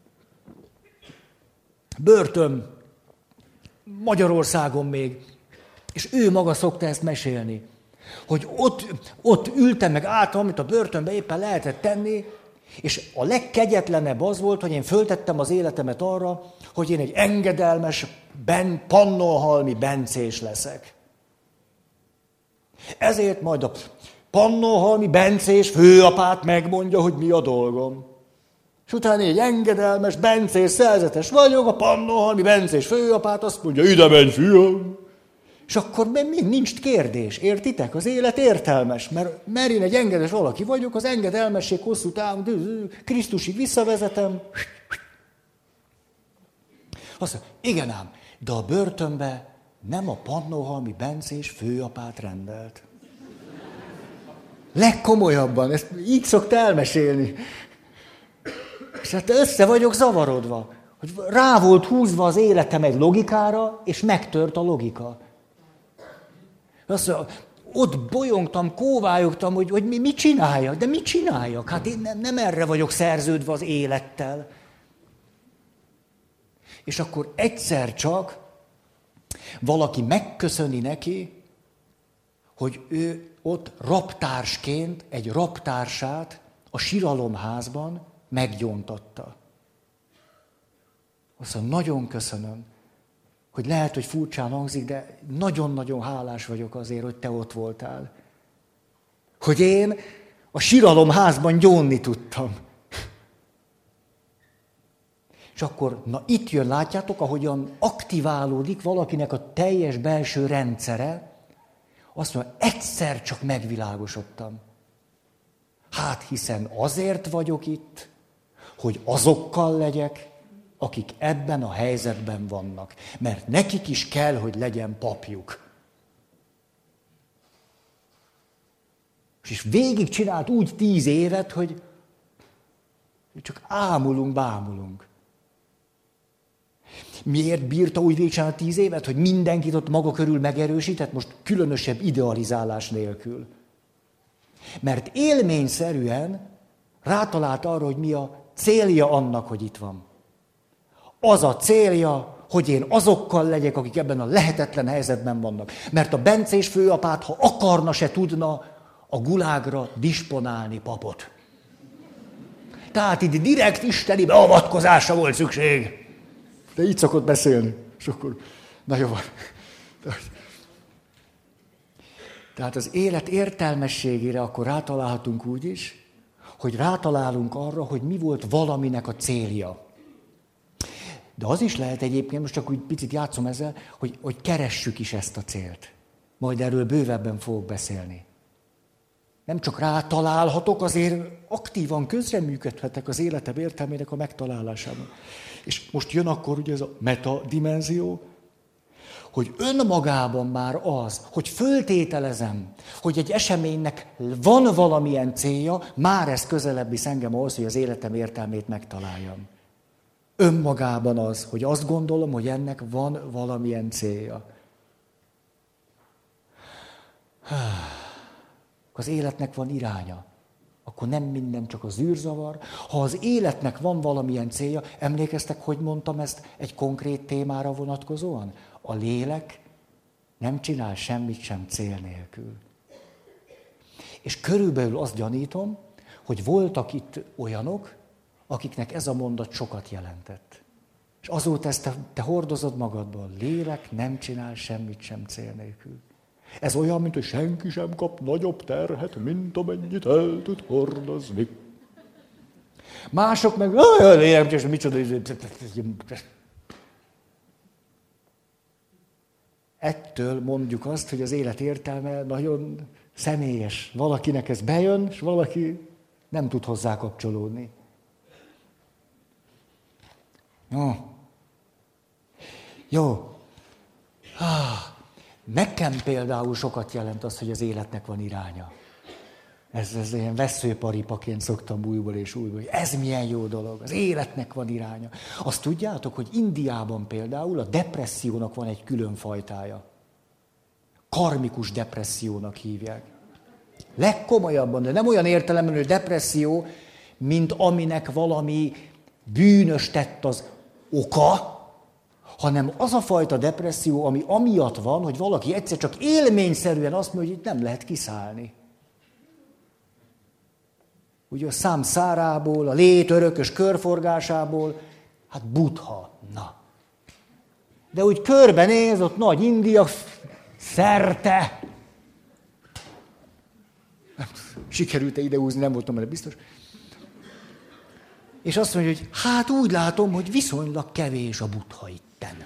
börtön, Magyarországon még, és ő maga szokta ezt mesélni, hogy ott, ott ültem meg álltam, amit a börtönbe éppen lehetett tenni, és a legkegyetlenebb az volt, hogy én föltettem az életemet arra, hogy én egy engedelmes, ben, pannonhalmi bencés leszek. Ezért majd a pannonhalmi bencés főapát megmondja, hogy mi a dolgom. És utána egy engedelmes, bencés, szerzetes vagyok, a pannonhalmi bencés főapát azt mondja, ide menj, fiam! És akkor még nincs kérdés, értitek? Az élet értelmes, mert, mert én egy engedes valaki vagyok, az engedelmesség hosszú távon, Krisztusig visszavezetem. Azt mondja, igen ám, de a börtönbe nem a pannonhalmi bencés főapát rendelt. Legkomolyabban, ezt így szokta elmesélni. És hát össze vagyok zavarodva, hogy rá volt húzva az életem egy logikára, és megtört a logika. Azt mondja, ott bolyongtam, kóvályogtam, hogy, hogy mi, mit csináljak, de mit csináljak? Hát én nem, nem erre vagyok szerződve az élettel. És akkor egyszer csak valaki megköszöni neki, hogy ő ott raptársként egy raptársát a siralomházban meggyóntatta. Azt mondja, nagyon köszönöm, hogy lehet, hogy furcsán hangzik, de nagyon-nagyon hálás vagyok azért, hogy te ott voltál. Hogy én a siralomházban gyónni tudtam. És akkor, na itt jön, látjátok, ahogyan aktiválódik valakinek a teljes belső rendszere, azt mondja, egyszer csak megvilágosodtam. Hát hiszen azért vagyok itt, hogy azokkal legyek, akik ebben a helyzetben vannak. Mert nekik is kell, hogy legyen papjuk. És végig csinált úgy tíz évet, hogy csak ámulunk, bámulunk. Miért bírta úgy végigcsinálni tíz évet, hogy mindenkit ott maga körül megerősített, most különösebb idealizálás nélkül? Mert élményszerűen rátalált arra, hogy mi a célja annak, hogy itt van. Az a célja, hogy én azokkal legyek, akik ebben a lehetetlen helyzetben vannak. Mert a bencés főapát, ha akarna, se tudna a gulágra disponálni papot. Tehát itt direkt isteni beavatkozásra volt szükség. De így szokott beszélni. És akkor, na jó van. Tehát az élet értelmességére akkor rátalálhatunk úgy is, hogy rátalálunk arra, hogy mi volt valaminek a célja. De az is lehet egyébként, most csak úgy picit játszom ezzel, hogy, hogy keressük is ezt a célt. Majd erről bővebben fogok beszélni. Nem csak rátalálhatok, azért aktívan közreműködhetek az életem értelmének a megtalálásában. És most jön akkor ugye ez a metadimenzió, hogy önmagában már az, hogy föltételezem, hogy egy eseménynek van valamilyen célja, már ez közelebb visz engem ahhoz, hogy az életem értelmét megtaláljam. Önmagában az, hogy azt gondolom, hogy ennek van valamilyen célja. Az életnek van iránya. Akkor nem minden csak az űrzavar. Ha az életnek van valamilyen célja, emlékeztek, hogy mondtam ezt egy konkrét témára vonatkozóan? A lélek nem csinál semmit sem cél nélkül. És körülbelül azt gyanítom, hogy voltak itt olyanok, akiknek ez a mondat sokat jelentett. És azóta ezt te, te hordozod magadban. A lélek nem csinál semmit sem cél nélkül. Ez olyan, mint hogy senki sem kap nagyobb terhet, mint amennyit el tud hordozni. Mások meg, jaj, lélek, és micsoda. Ettől mondjuk azt, hogy az élet értelme nagyon személyes. Valakinek ez bejön, és valaki nem tud hozzá kapcsolódni. Jó. Jó. Nekem például sokat jelent az, hogy az életnek van iránya. Ez, ez ilyen vesszőparipaként szoktam újból és újból, hogy ez milyen jó dolog, az életnek van iránya. Azt tudjátok, hogy Indiában például a depressziónak van egy külön fajtája. Karmikus depressziónak hívják. Legkomolyabban, de nem olyan értelemben, hogy depresszió, mint aminek valami bűnös tett az oka, hanem az a fajta depresszió, ami amiatt van, hogy valaki egyszer csak élményszerűen azt mondja, hogy itt nem lehet kiszállni. Ugye a szám szárából, a lét örökös körforgásából, hát Buddha, na. De úgy körbenéz, ott nagy India szerte. Sikerült-e idehúzni, nem voltam benne biztos. És azt mondja, hogy hát úgy látom, hogy viszonylag kevés a Buddha itten.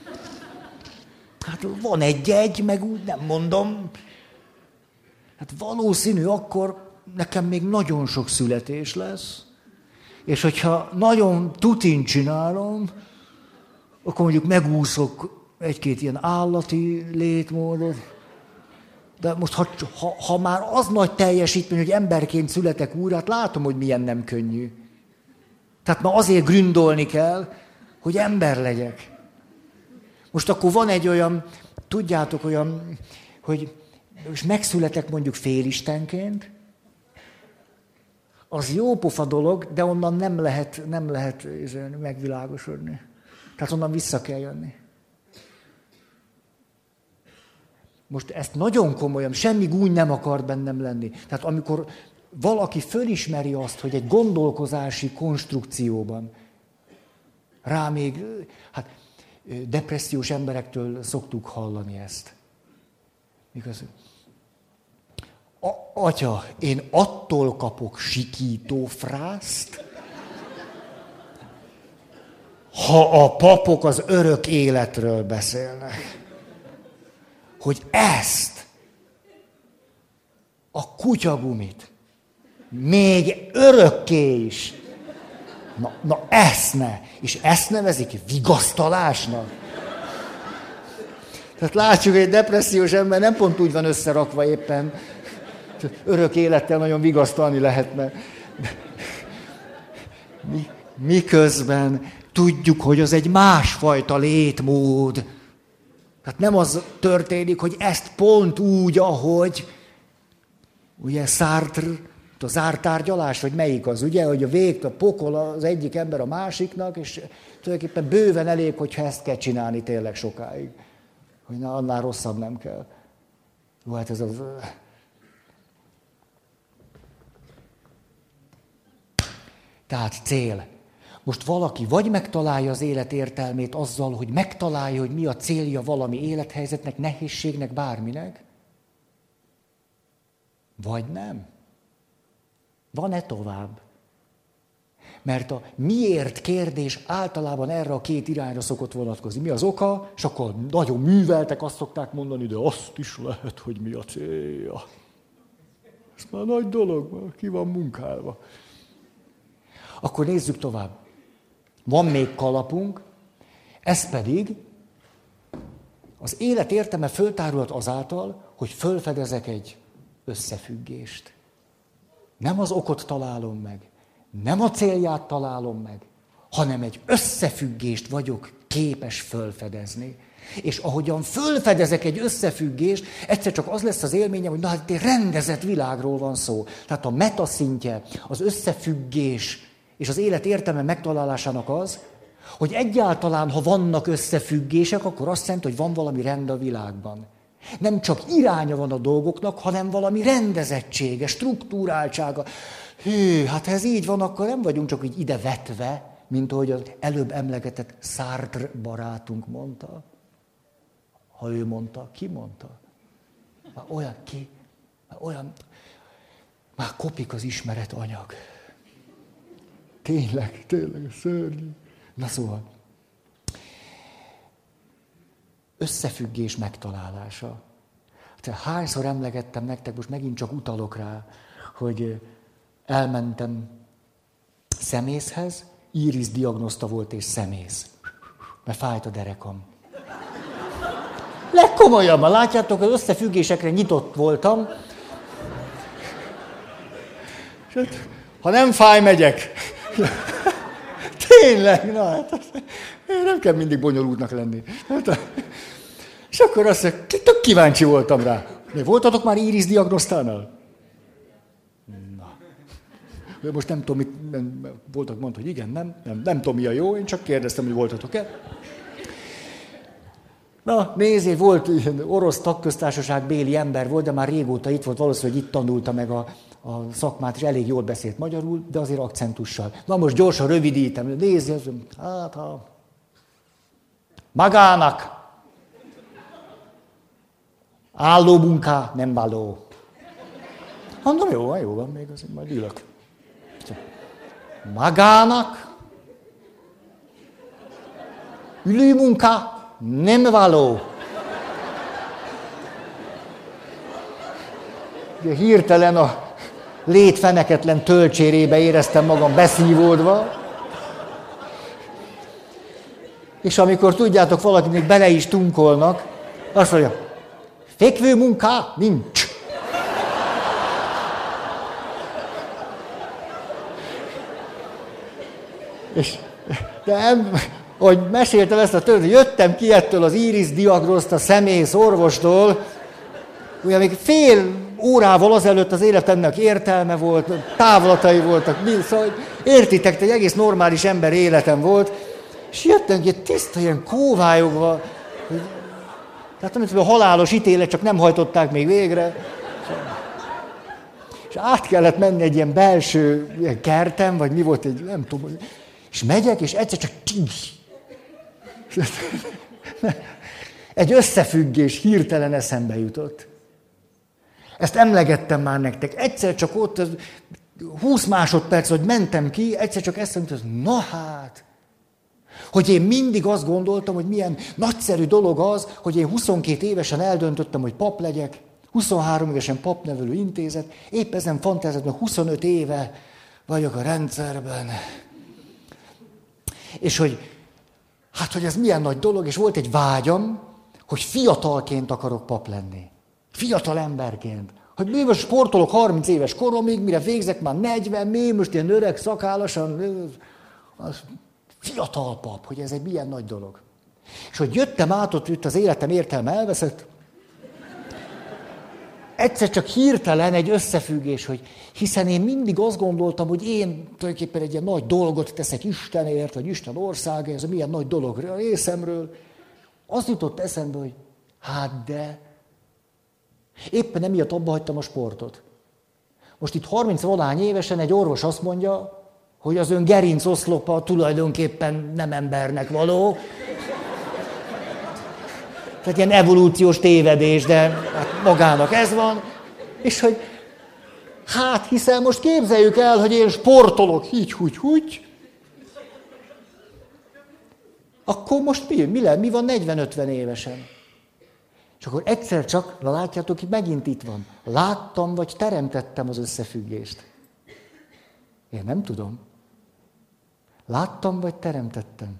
Hát van egy-egy, meg úgy nem mondom. Hát valószínű akkor nekem még nagyon sok születés lesz, és hogyha nagyon tutin csinálom, akkor mondjuk megúszok egy-két ilyen állati létmódot. De most, ha, ha, ha már az nagy teljesítmény, hogy emberként születek újra, hát látom, hogy milyen nem könnyű. Tehát ma azért gründolni kell, hogy ember legyek. Most akkor van egy olyan, tudjátok olyan, hogy most megszületek mondjuk félistenként, az jó pofa dolog, de onnan nem lehet, nem lehet megvilágosodni. Tehát onnan vissza kell jönni. Most ezt nagyon komolyan, semmi gúny nem akar bennem lenni. Tehát amikor valaki fölismeri azt, hogy egy gondolkozási konstrukcióban rá még, hát depressziós emberektől szoktuk hallani ezt. Igaz? A, atya, én attól kapok sikító frászt, ha a papok az örök életről beszélnek. Hogy ezt, a kutyagumit, még örökké is Na, na eszne! És ezt nevezik vigasztalásnak. Tehát látjuk, hogy egy depressziós ember nem pont úgy van összerakva éppen. Örök élettel nagyon vigasztalni lehetne. Mi, miközben tudjuk, hogy az egy másfajta létmód. Tehát nem az történik, hogy ezt pont úgy, ahogy, ugye Sartre, a zártárgyalás, vagy melyik az, ugye, hogy a vég, a pokol az egyik ember a másiknak, és tulajdonképpen bőven elég, hogyha ezt kell csinálni tényleg sokáig. Hogy na, annál rosszabb nem kell. Jó, hát ez az... Tehát cél. Most valaki vagy megtalálja az élet értelmét azzal, hogy megtalálja, hogy mi a célja valami élethelyzetnek, nehézségnek, bárminek, vagy nem. Van-e tovább? Mert a miért kérdés általában erre a két irányra szokott vonatkozni. Mi az oka? És akkor nagyon műveltek, azt szokták mondani, de azt is lehet, hogy mi a célja. Ez már nagy dolog, már ki van munkálva. Akkor nézzük tovább. Van még kalapunk, ez pedig az élet értelme föltárulhat azáltal, hogy fölfedezek egy összefüggést. Nem az okot találom meg, nem a célját találom meg, hanem egy összefüggést vagyok képes fölfedezni. És ahogyan fölfedezek egy összefüggést, egyszer csak az lesz az élményem, hogy na hát egy rendezett világról van szó. Tehát a metaszintje, az összefüggés és az élet értelme megtalálásának az, hogy egyáltalán, ha vannak összefüggések, akkor azt jelenti, hogy van valami rend a világban. Nem csak iránya van a dolgoknak, hanem valami rendezettsége, struktúráltsága. Hű, hát ha ez így van, akkor nem vagyunk csak így ide vetve, mint ahogy az előbb emlegetett Sartre barátunk mondta. Ha ő mondta, ki mondta? Már olyan ki, már olyan, már kopik az ismeret anyag. Tényleg, tényleg, szörnyű. Na szóval, összefüggés megtalálása. Tehát hányszor emlegettem nektek, most megint csak utalok rá, hogy elmentem szemészhez, íris diagnoszta volt és szemész. Mert fájt a derekam. Legkomolyabban, látjátok, az összefüggésekre nyitott voltam. Ha nem fáj, megyek. Tényleg, na hát nem kell mindig bonyolultnak lenni. És akkor azt mondja, tök kíváncsi voltam rá. Mi voltatok már íris diagnosztánál? Na. Most nem tudom, mit, nem, voltak mondta, hogy igen, nem, nem, nem tudom, mi a jó, én csak kérdeztem, hogy voltatok-e. Na, nézzé, volt ilyen orosz tagköztársaság béli ember volt, de már régóta itt volt, valószínűleg itt tanulta meg a, a szakmát, és elég jól beszélt magyarul, de azért akcentussal. Na most gyorsan rövidítem, nézzé, hát ha... Magának álló munká nem való. Mondom, jó van, jó van, még azért majd ülök. Magának ülő munká nem való. Ugye hirtelen a létfeneketlen tölcsérébe éreztem magam beszívódva. És amikor tudjátok, valakinek bele is tunkolnak, azt mondja, fekvő munká nincs. És, de em, hogy meséltem ezt a történetet, jöttem ki ettől az íris diagnoszta szemész orvostól, ugye még fél órával azelőtt az életemnek értelme volt, távlatai voltak, mi, szóval értitek, egy egész normális ember életem volt, és jöttem ki tiszta, ilyen kóvályogva, tehát amit a halálos ítélet, csak nem hajtották még végre. És át kellett menni egy ilyen belső ilyen kertem, vagy mi volt, egy, nem tudom, és megyek, és egyszer csak... Egy összefüggés hirtelen eszembe jutott. Ezt emlegettem már nektek. Egyszer csak ott, húsz másodperc, hogy mentem ki, egyszer csak eszembe jutott, na hát... Hogy én mindig azt gondoltam, hogy milyen nagyszerű dolog az, hogy én huszonkét évesen eldöntöttem, hogy pap legyek, huszonhárom évesen papnevelő intézet, épp ezen fantázat, hogy huszonöt éve vagyok a rendszerben. És hogy, hát, hogy ez milyen nagy dolog, és volt egy vágyam, hogy fiatalként akarok pap lenni. Fiatal emberként. Hogy mi most sportolok harminc éves koromig, mire végzek már negyven, mi most ilyen öreg, szakállasan, az fiatal pap, hogy ez egy milyen nagy dolog. És hogy jöttem át, ott itt az életem értelme elveszett, egyszer csak hirtelen egy összefüggés, hogy hiszen én mindig azt gondoltam, hogy én tulajdonképpen egy ilyen nagy dolgot teszek Istenért, vagy Isten országért, ez milyen nagy dolog a részemről. Az jutott eszembe, hogy hát de, éppen emiatt abba hagytam a sportot. Most itt harminc-valahány évesen egy orvos azt mondja, hogy az ön gerincoszlopa tulajdonképpen nem embernek való. Tehát ilyen evolúciós tévedés, de hát magának ez van. És hogy hát hiszen most képzeljük el, hogy én sportolok, így, úgy, úgy. Akkor most mi, mi, le, mi van negyven-ötven évesen? És akkor egyszer csak, na látjátok, itt megint itt van. Láttam, vagy teremtettem az összefüggést. Én nem tudom. Láttam, vagy teremtettem.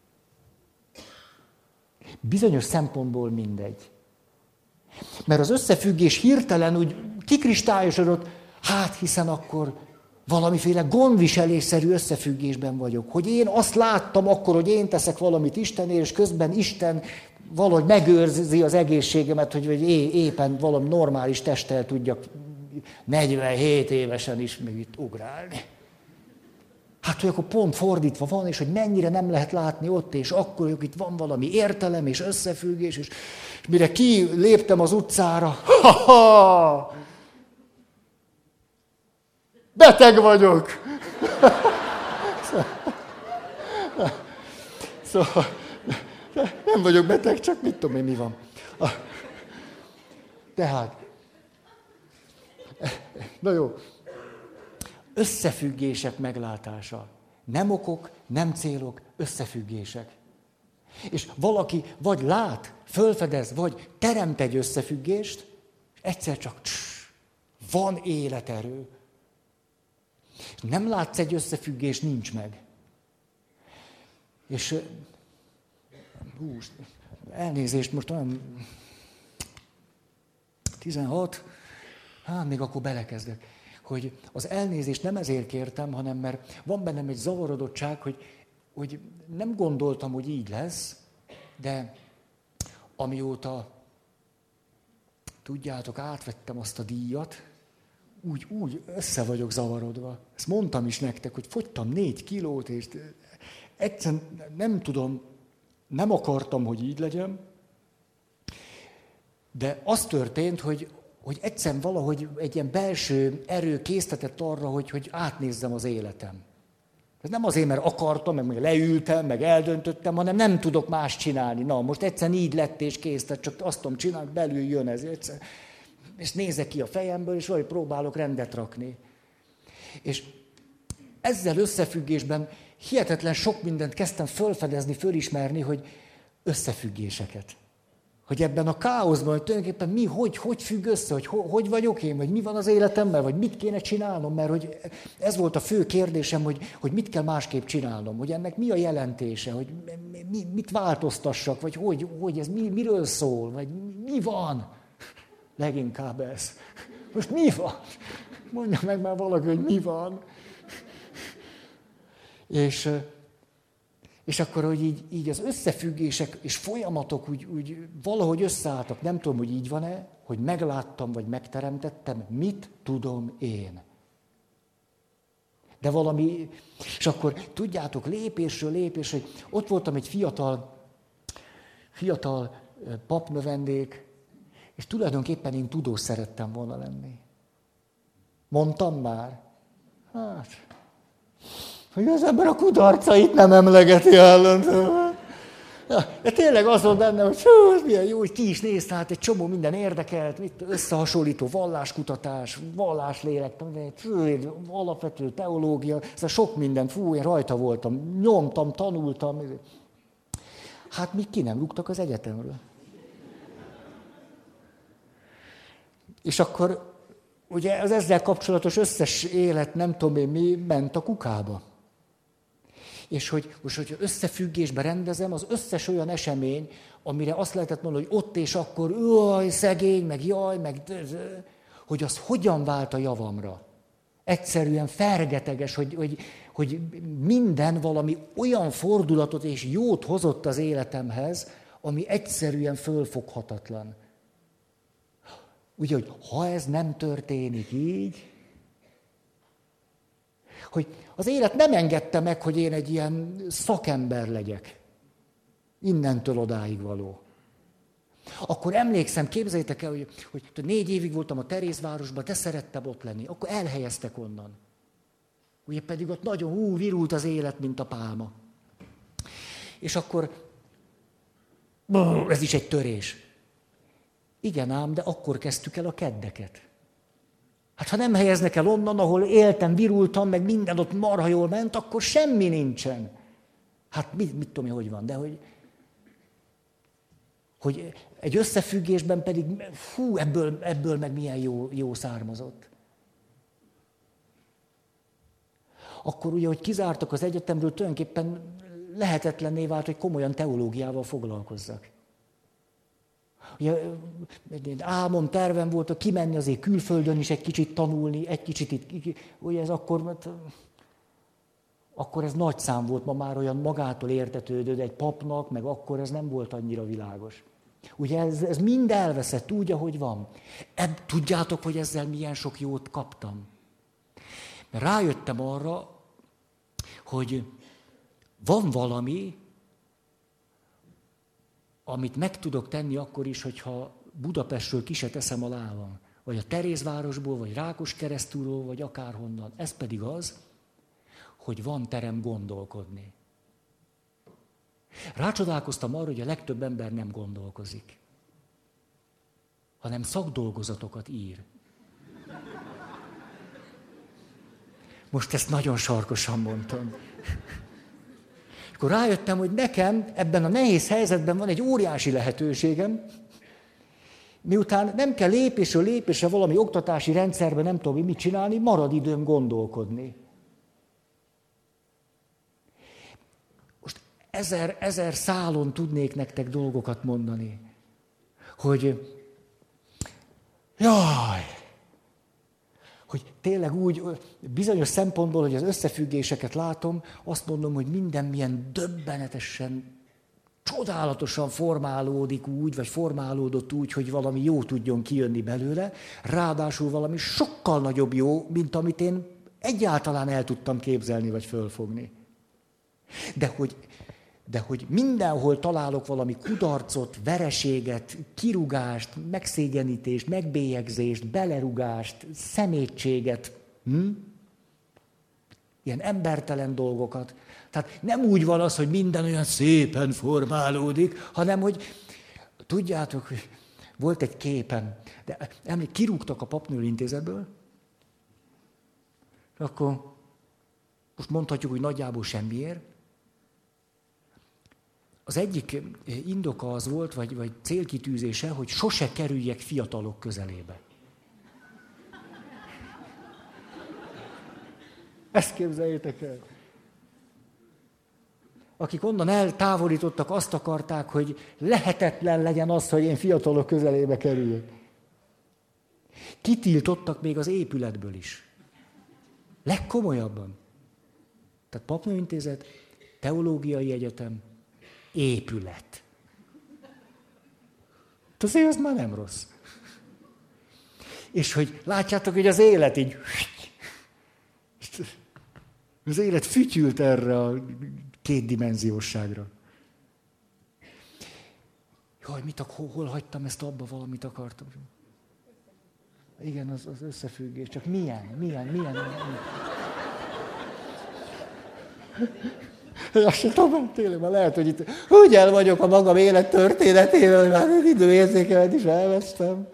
Bizonyos szempontból mindegy. Mert az összefüggés hirtelen úgy kikristályosodott, hát hiszen akkor valamiféle gondviselésszerű összefüggésben vagyok. Hogy én azt láttam akkor, hogy én teszek valamit Istenért, és közben Isten valahogy megőrzi az egészségemet, hogy éppen valami normális testtel tudjak negyvenhét évesen is még itt ugrálni. Hát, hogy akkor pont fordítva van, és hogy mennyire nem lehet látni ott, és akkor, hogy itt van valami értelem és összefüggés, és mire kiléptem az utcára, ha-ha! Beteg vagyok! Szóval nem vagyok beteg, csak mit tudom én, mi van. Tehát, na jó. Összefüggések meglátása. Nem okok, nem célok, összefüggések. És valaki vagy lát, fölfedez, vagy teremt egy összefüggést, és egyszer csak css, van életerő. És nem látsz egy összefüggés, nincs meg. És hú, elnézést, most olyan tizenhat, hát még akkor belekezdek. Hogy az elnézést nem ezért kértem, hanem mert van bennem egy zavarodottság, hogy, hogy nem gondoltam, hogy így lesz, de amióta, tudjátok, átvettem azt a díjat, úgy, úgy össze vagyok zavarodva. Ezt mondtam is nektek, hogy fogytam négy kilót, és egyszerűen nem tudom, nem akartam, hogy így legyen, de az történt, hogy hogy egyszerűen valahogy egy ilyen belső erő késztetett arra, hogy, hogy átnézzem az életem. Ez nem azért, mert akartam, meg, meg leültem, meg eldöntöttem, hanem nem tudok más csinálni. Na, most egyszerűen így lett és kész, tehát csak azt tudom csinálni, belül jön ez. Egyszer. És nézek ki a fejemből, és valahogy próbálok rendet rakni. És ezzel összefüggésben hihetetlen sok mindent kezdtem fölfedezni, fölismerni, hogy összefüggéseket. Hogy ebben a káoszban, hogy tulajdonképpen mi, hogy, hogy függ össze, hogy hogy vagyok én, vagy mi van az életemben, vagy mit kéne csinálnom, mert hogy ez volt a fő kérdésem, hogy, hogy mit kell másképp csinálnom, hogy ennek mi a jelentése, hogy mi, mit változtassak, vagy hogy, hogy ez mi, miről szól, vagy mi van. Leginkább ez. Most mi van? Mondja meg már valaki, hogy mi van. És... És akkor, hogy így, így az összefüggések és folyamatok úgy, úgy valahogy összeálltak, nem tudom, hogy így van-e, hogy megláttam, vagy megteremtettem, mit tudom én. De valami, és akkor tudjátok, lépésről lépésről, hogy ott voltam egy fiatal, fiatal papnövendék, és tulajdonképpen én tudós szerettem volna lenni. Mondtam már? Hát... hogy az ember a kudarcait nem emlegeti állandóan. De tényleg az volt bennem, hogy hú, ez milyen jó, hogy ki is nézte, hát egy csomó minden érdekelt, mit, összehasonlító valláskutatás, valláslélek, alapvető teológia, ez sok mindent, fú, én rajta voltam, nyomtam, tanultam. Hát még ki nem rúgtak az egyetemről. És akkor ugye az ezzel kapcsolatos összes élet, nem tudom én mi, ment a kukába. És hogy most, hogy összefüggésbe rendezem, az összes olyan esemény, amire azt lehetett mondani, hogy ott és akkor, jaj, szegény, meg jaj, meg... hogy az hogyan vált a javamra. Egyszerűen fergeteges, hogy, hogy, hogy minden valami olyan fordulatot és jót hozott az életemhez, ami egyszerűen fölfoghatatlan. Ugye, hogy ha ez nem történik így, hogy az élet nem engedte meg, hogy én egy ilyen szakember legyek. Innentől odáig való. Akkor emlékszem, képzeljétek el, hogy, hogy négy évig voltam a Terézvárosban, de szerettem ott lenni. Akkor elhelyeztek onnan. Ugye pedig ott nagyon hú, virult az élet, mint a pálma. És akkor ez is egy törés. Igen ám, de akkor kezdtük el a keddeket. Hát ha nem helyeznek el onnan, ahol éltem, virultam, meg minden ott marha jól ment, akkor semmi nincsen. Hát mit, mit tudom én, hogy van, de hogy, hogy egy összefüggésben pedig, fú, ebből, ebből meg milyen jó, jó származott. Akkor ugye, hogy kizártak az egyetemről, tulajdonképpen lehetetlenné vált, hogy komolyan teológiával foglalkozzak. Ugye, álmom, tervem volt, hogy kimenni azért külföldön is egy kicsit tanulni, egy kicsit itt, ugye ez akkor, mert, akkor ez nagy szám volt, ma már olyan magától értetődő, de egy papnak, meg akkor ez nem volt annyira világos. Ugye ez, ez mind elveszett úgy, ahogy van. Ebb, tudjátok, hogy ezzel milyen sok jót kaptam? Mert rájöttem arra, hogy van valami, amit meg tudok tenni akkor is, hogyha Budapestről ki se teszem a lábam. Vagy a Terézvárosból, vagy Rákoskeresztúról, vagy akárhonnan. Ez pedig az, hogy van terem gondolkodni. Rácsodálkoztam arra, hogy a legtöbb ember nem gondolkozik, hanem szakdolgozatokat ír. Most ezt nagyon sarkosan mondtam. Akkor rájöttem, hogy nekem ebben a nehéz helyzetben van egy óriási lehetőségem, miután nem kell lépésről lépésre valami oktatási rendszerben nem tudom mit csinálni, marad időm gondolkodni. Most ezer, ezer szálon tudnék nektek dolgokat mondani, hogy jaj, hogy tényleg úgy, bizonyos szempontból, hogy az összefüggéseket látom, azt mondom, hogy minden milyen döbbenetesen, csodálatosan formálódik úgy, vagy formálódott úgy, hogy valami jó tudjon kijönni belőle, ráadásul valami sokkal nagyobb jó, mint amit én egyáltalán el tudtam képzelni, vagy fölfogni. De hogy, de hogy mindenhol találok valami kudarcot, vereséget, kirúgást, megszégyenítést, megbélyegzést, belerúgást, szemétséget, hm? Ilyen embertelen dolgokat. Tehát nem úgy van az, hogy minden olyan szépen formálódik, hanem hogy tudjátok, hogy volt egy képem, de emlék, kirúgtak a papnői intézetből, akkor most mondhatjuk, hogy nagyjából semmiért. Az egyik indoka az volt, vagy, vagy célkitűzése, hogy sose kerüljek fiatalok közelébe. Ezt képzeljétek el. Akik onnan eltávolítottak, azt akarták, hogy lehetetlen legyen az, hogy én fiatalok közelébe kerüljek. Kitiltottak még az épületből is. Legkomolyabban. Tehát Papnőintézet, Teológiai Egyetem, épület. Azért az már nem rossz. És hogy látjátok, hogy az élet így... Az élet fütyült erre a kétdimenzióságra. Jaj, mit, hol, hol hagytam ezt abba, valamit akartam. Igen, az, az összefüggés. Csak milyen, milyen, milyen. milyen. Azt sem tudom, tényleg, már lehet, hogy itt úgy el vagyok a magam élettörténetével, hogy már egy időérzékemet is elvesztem.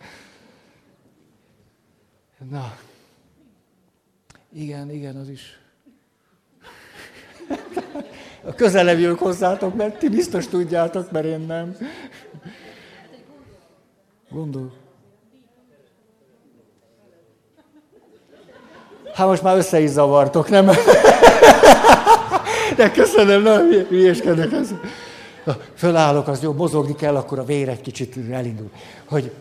Na, igen, igen, az is. A közelebb jövök hozzátok, mert ti biztos tudjátok, mert én nem. Gondol. Hát most már össze is zavartok, nem? De köszönöm, na, hülyeskedek ez. Fölállok, az jó, mozogni kell, akkor a vér egy kicsit elindul. Hogy...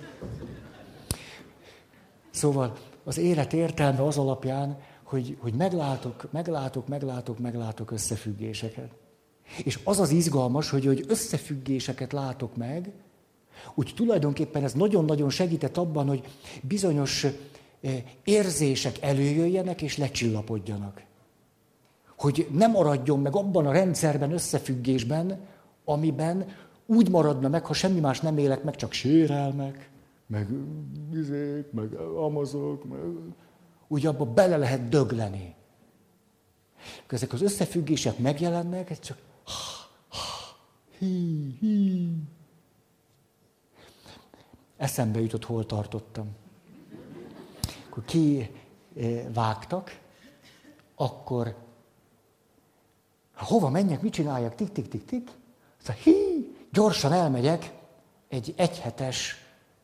Szóval az élet értelme az alapján, hogy, hogy meglátok, meglátok, meglátok, meglátok összefüggéseket. És az az izgalmas, hogy, hogy összefüggéseket látok meg, úgy tulajdonképpen ez nagyon-nagyon segített abban, hogy bizonyos érzések előjöjjenek és lecsillapodjanak. Hogy nem maradjon meg abban a rendszerben, összefüggésben, amiben úgy maradna meg, ha semmi más nem élek meg, csak sérelmek, meg izék, meg amazok, meg... úgy abba bele lehet dögleni. Ezek az összefüggések megjelennek, ez csak... Hí, hí. Eszembe jutott, hol tartottam. Akkor ki vágtak, akkor hova menjek, mit csináljak, tik, tik, tik, tik. Aztán hí, gyorsan elmegyek egy egyhetes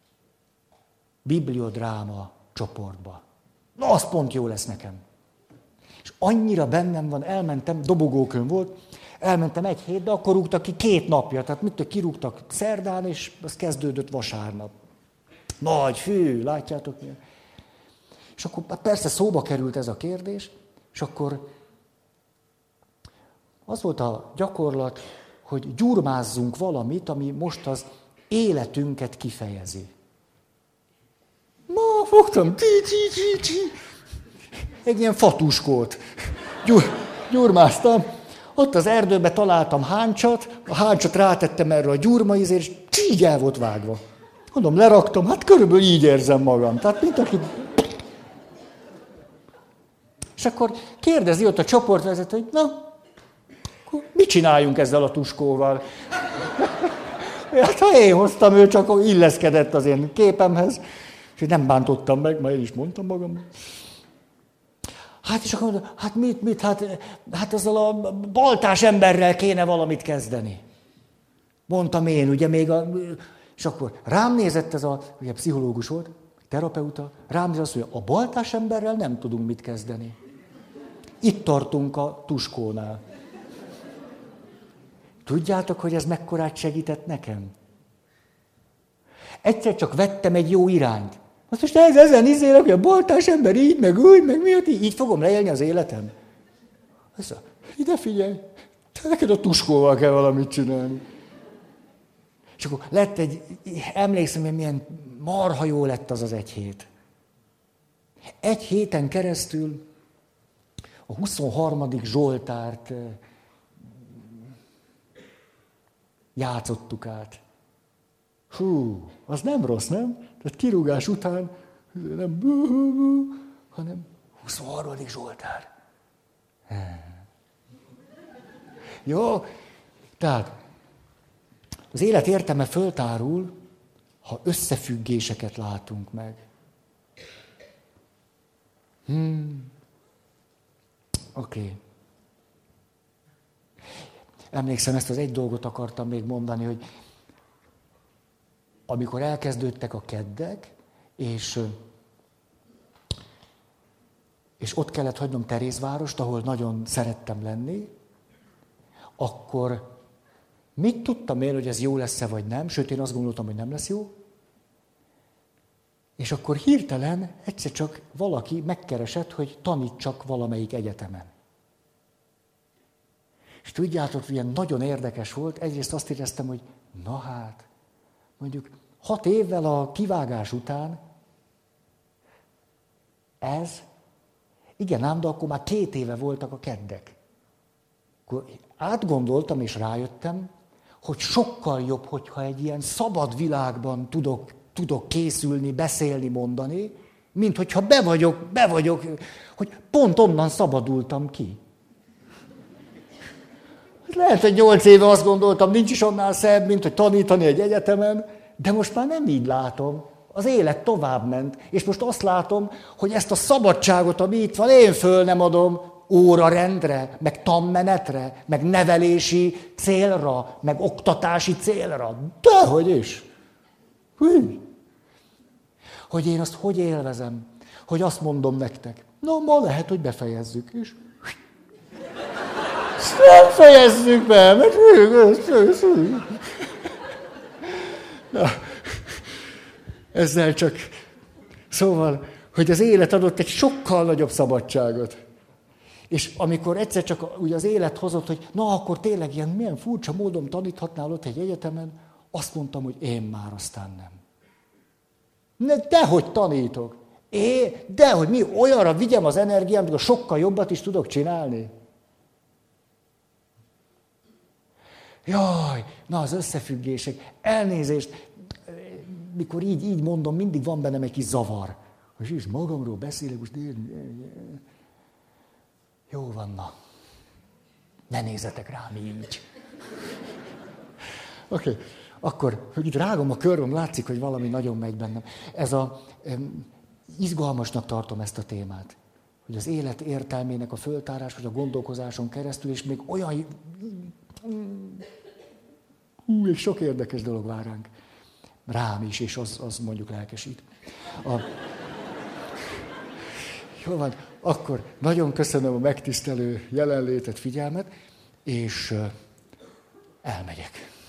bibliodráma csoportba. Na, az pont jó lesz nekem. És annyira bennem van, elmentem, dobogókön volt, elmentem egy hétbe, akkor rúgtak ki két napja. Tehát mit kirúgtak szerdán, és az kezdődött vasárnap. Nagy, fű, látjátok milyen. És akkor persze szóba került ez a kérdés, és akkor az volt a gyakorlat, hogy gyurmázzunk valamit, ami most az életünket kifejezi. Ma fogtam, tí, tí, tí, tí. Egy ilyen fatuskót. Gyur, gyurmáztam. Ott az erdőben találtam háncsat, a háncsat rátettem erre a gyurmaizért, és így el volt vágva. Mondom, leraktam, hát körülbelül így érzem magam. Tehát mint aki... És akkor kérdezi ott a csoportvezető, hogy na, akkor mit csináljunk ezzel a tuskóval? Hát ha én hoztam, ő csak illeszkedett az én képemhez, és nem bántottam meg, majd én is mondtam magam. Hát és akkor mondom, hát mit, mit, hát, hát azzal a baltás emberrel kéne valamit kezdeni. Mondtam én, ugye még a... És akkor rám nézett ez a, ugye pszichológus volt, terapeuta, rám nézett azt, hogy a baltás emberrel nem tudunk mit kezdeni. Itt tartunk a tuskónál. Tudjátok, hogy ez mekkorát segített nekem? Egyszer csak vettem egy jó irányt. Azt most ez, ezen izélek, hogy a baltás ember így, meg úgy, meg miatt, így, így fogom leélni az életem. Azt mondja, ide figyelj, te neked a tuskóval kell valamit csinálni. És akkor lett egy, emlékszem, hogy milyen marha jó lett az az egy hét. Egy héten keresztül a huszonharmadik Zsoltárt játszottuk át. Hú, az nem rossz, nem? Tehát kirúgás után nem hanem huszonharmadik Zsoltár. Jó? Tehát az élet értelme föltárul, ha összefüggéseket látunk meg. Hmm. Oké. Okay. Emlékszem, ezt az egy dolgot akartam még mondani, hogy amikor elkezdődtek a keddek, és, és ott kellett hagynom Terézvárost, ahol nagyon szerettem lenni, akkor mit tudtam én, hogy ez jó lesz-e vagy nem, sőt én azt gondoltam, hogy nem lesz jó, és akkor hirtelen egyszer csak valaki megkeresett, hogy tanítsak valamelyik egyetemen. És tudjátok, ilyen nagyon érdekes volt, egyrészt azt éreztem, hogy na hát, mondjuk hat évvel a kivágás után ez, igen ám, de akkor már két éve voltak a keddek. Akkor átgondoltam és rájöttem, hogy sokkal jobb, hogyha egy ilyen szabad világban tudok, tudok készülni, beszélni, mondani, mint hogyha be vagyok, be vagyok, hogy pont onnan szabadultam ki. Lehet, hogy nyolc éve azt gondoltam, nincs is annál szebb, mint hogy tanítani egy egyetemen, de most már nem így látom. Az élet továbbment, és most azt látom, hogy ezt a szabadságot, ami itt van, én föl nem adom órarendre, meg tanmenetre, meg nevelési célra, meg oktatási célra. Dehogy is. Hű. Hogy én azt hogy élvezem, hogy azt mondom nektek, na ma lehet, hogy befejezzük, és nem fejezzük be, mert... Na, ezzel csak... Szóval, hogy az élet adott egy sokkal nagyobb szabadságot. És amikor egyszer csak ugye az élet hozott, hogy na akkor tényleg ilyen milyen furcsa módon taníthatnál ott egy egyetemen, azt mondtam, hogy én már aztán nem. Ne, dehogy tanítok. É, dehogy mi olyanra vigyem az energiám, hogy sokkal jobbat is tudok csinálni. Jaj, na az összefüggések, elnézést, mikor így, így mondom, mindig van bennem egy kis zavar. Hogy is magamról beszélek, most... Jó van, na. Ne nézzetek rám így. Oké, okay. Akkor, hogy itt rágom a köröm, látszik, hogy valami nagyon megy bennem. Ez a... Um, izgalmasnak tartom ezt a témát. Hogy az élet értelmének a föltárás, hogy a gondolkozáson keresztül, és még olyan... Hú, és sok érdekes dolog vár ránk. Rám is, és az, az mondjuk lelkesít. A... Jó van, akkor nagyon köszönöm a megtisztelő jelenlétet, figyelmet, és elmegyek.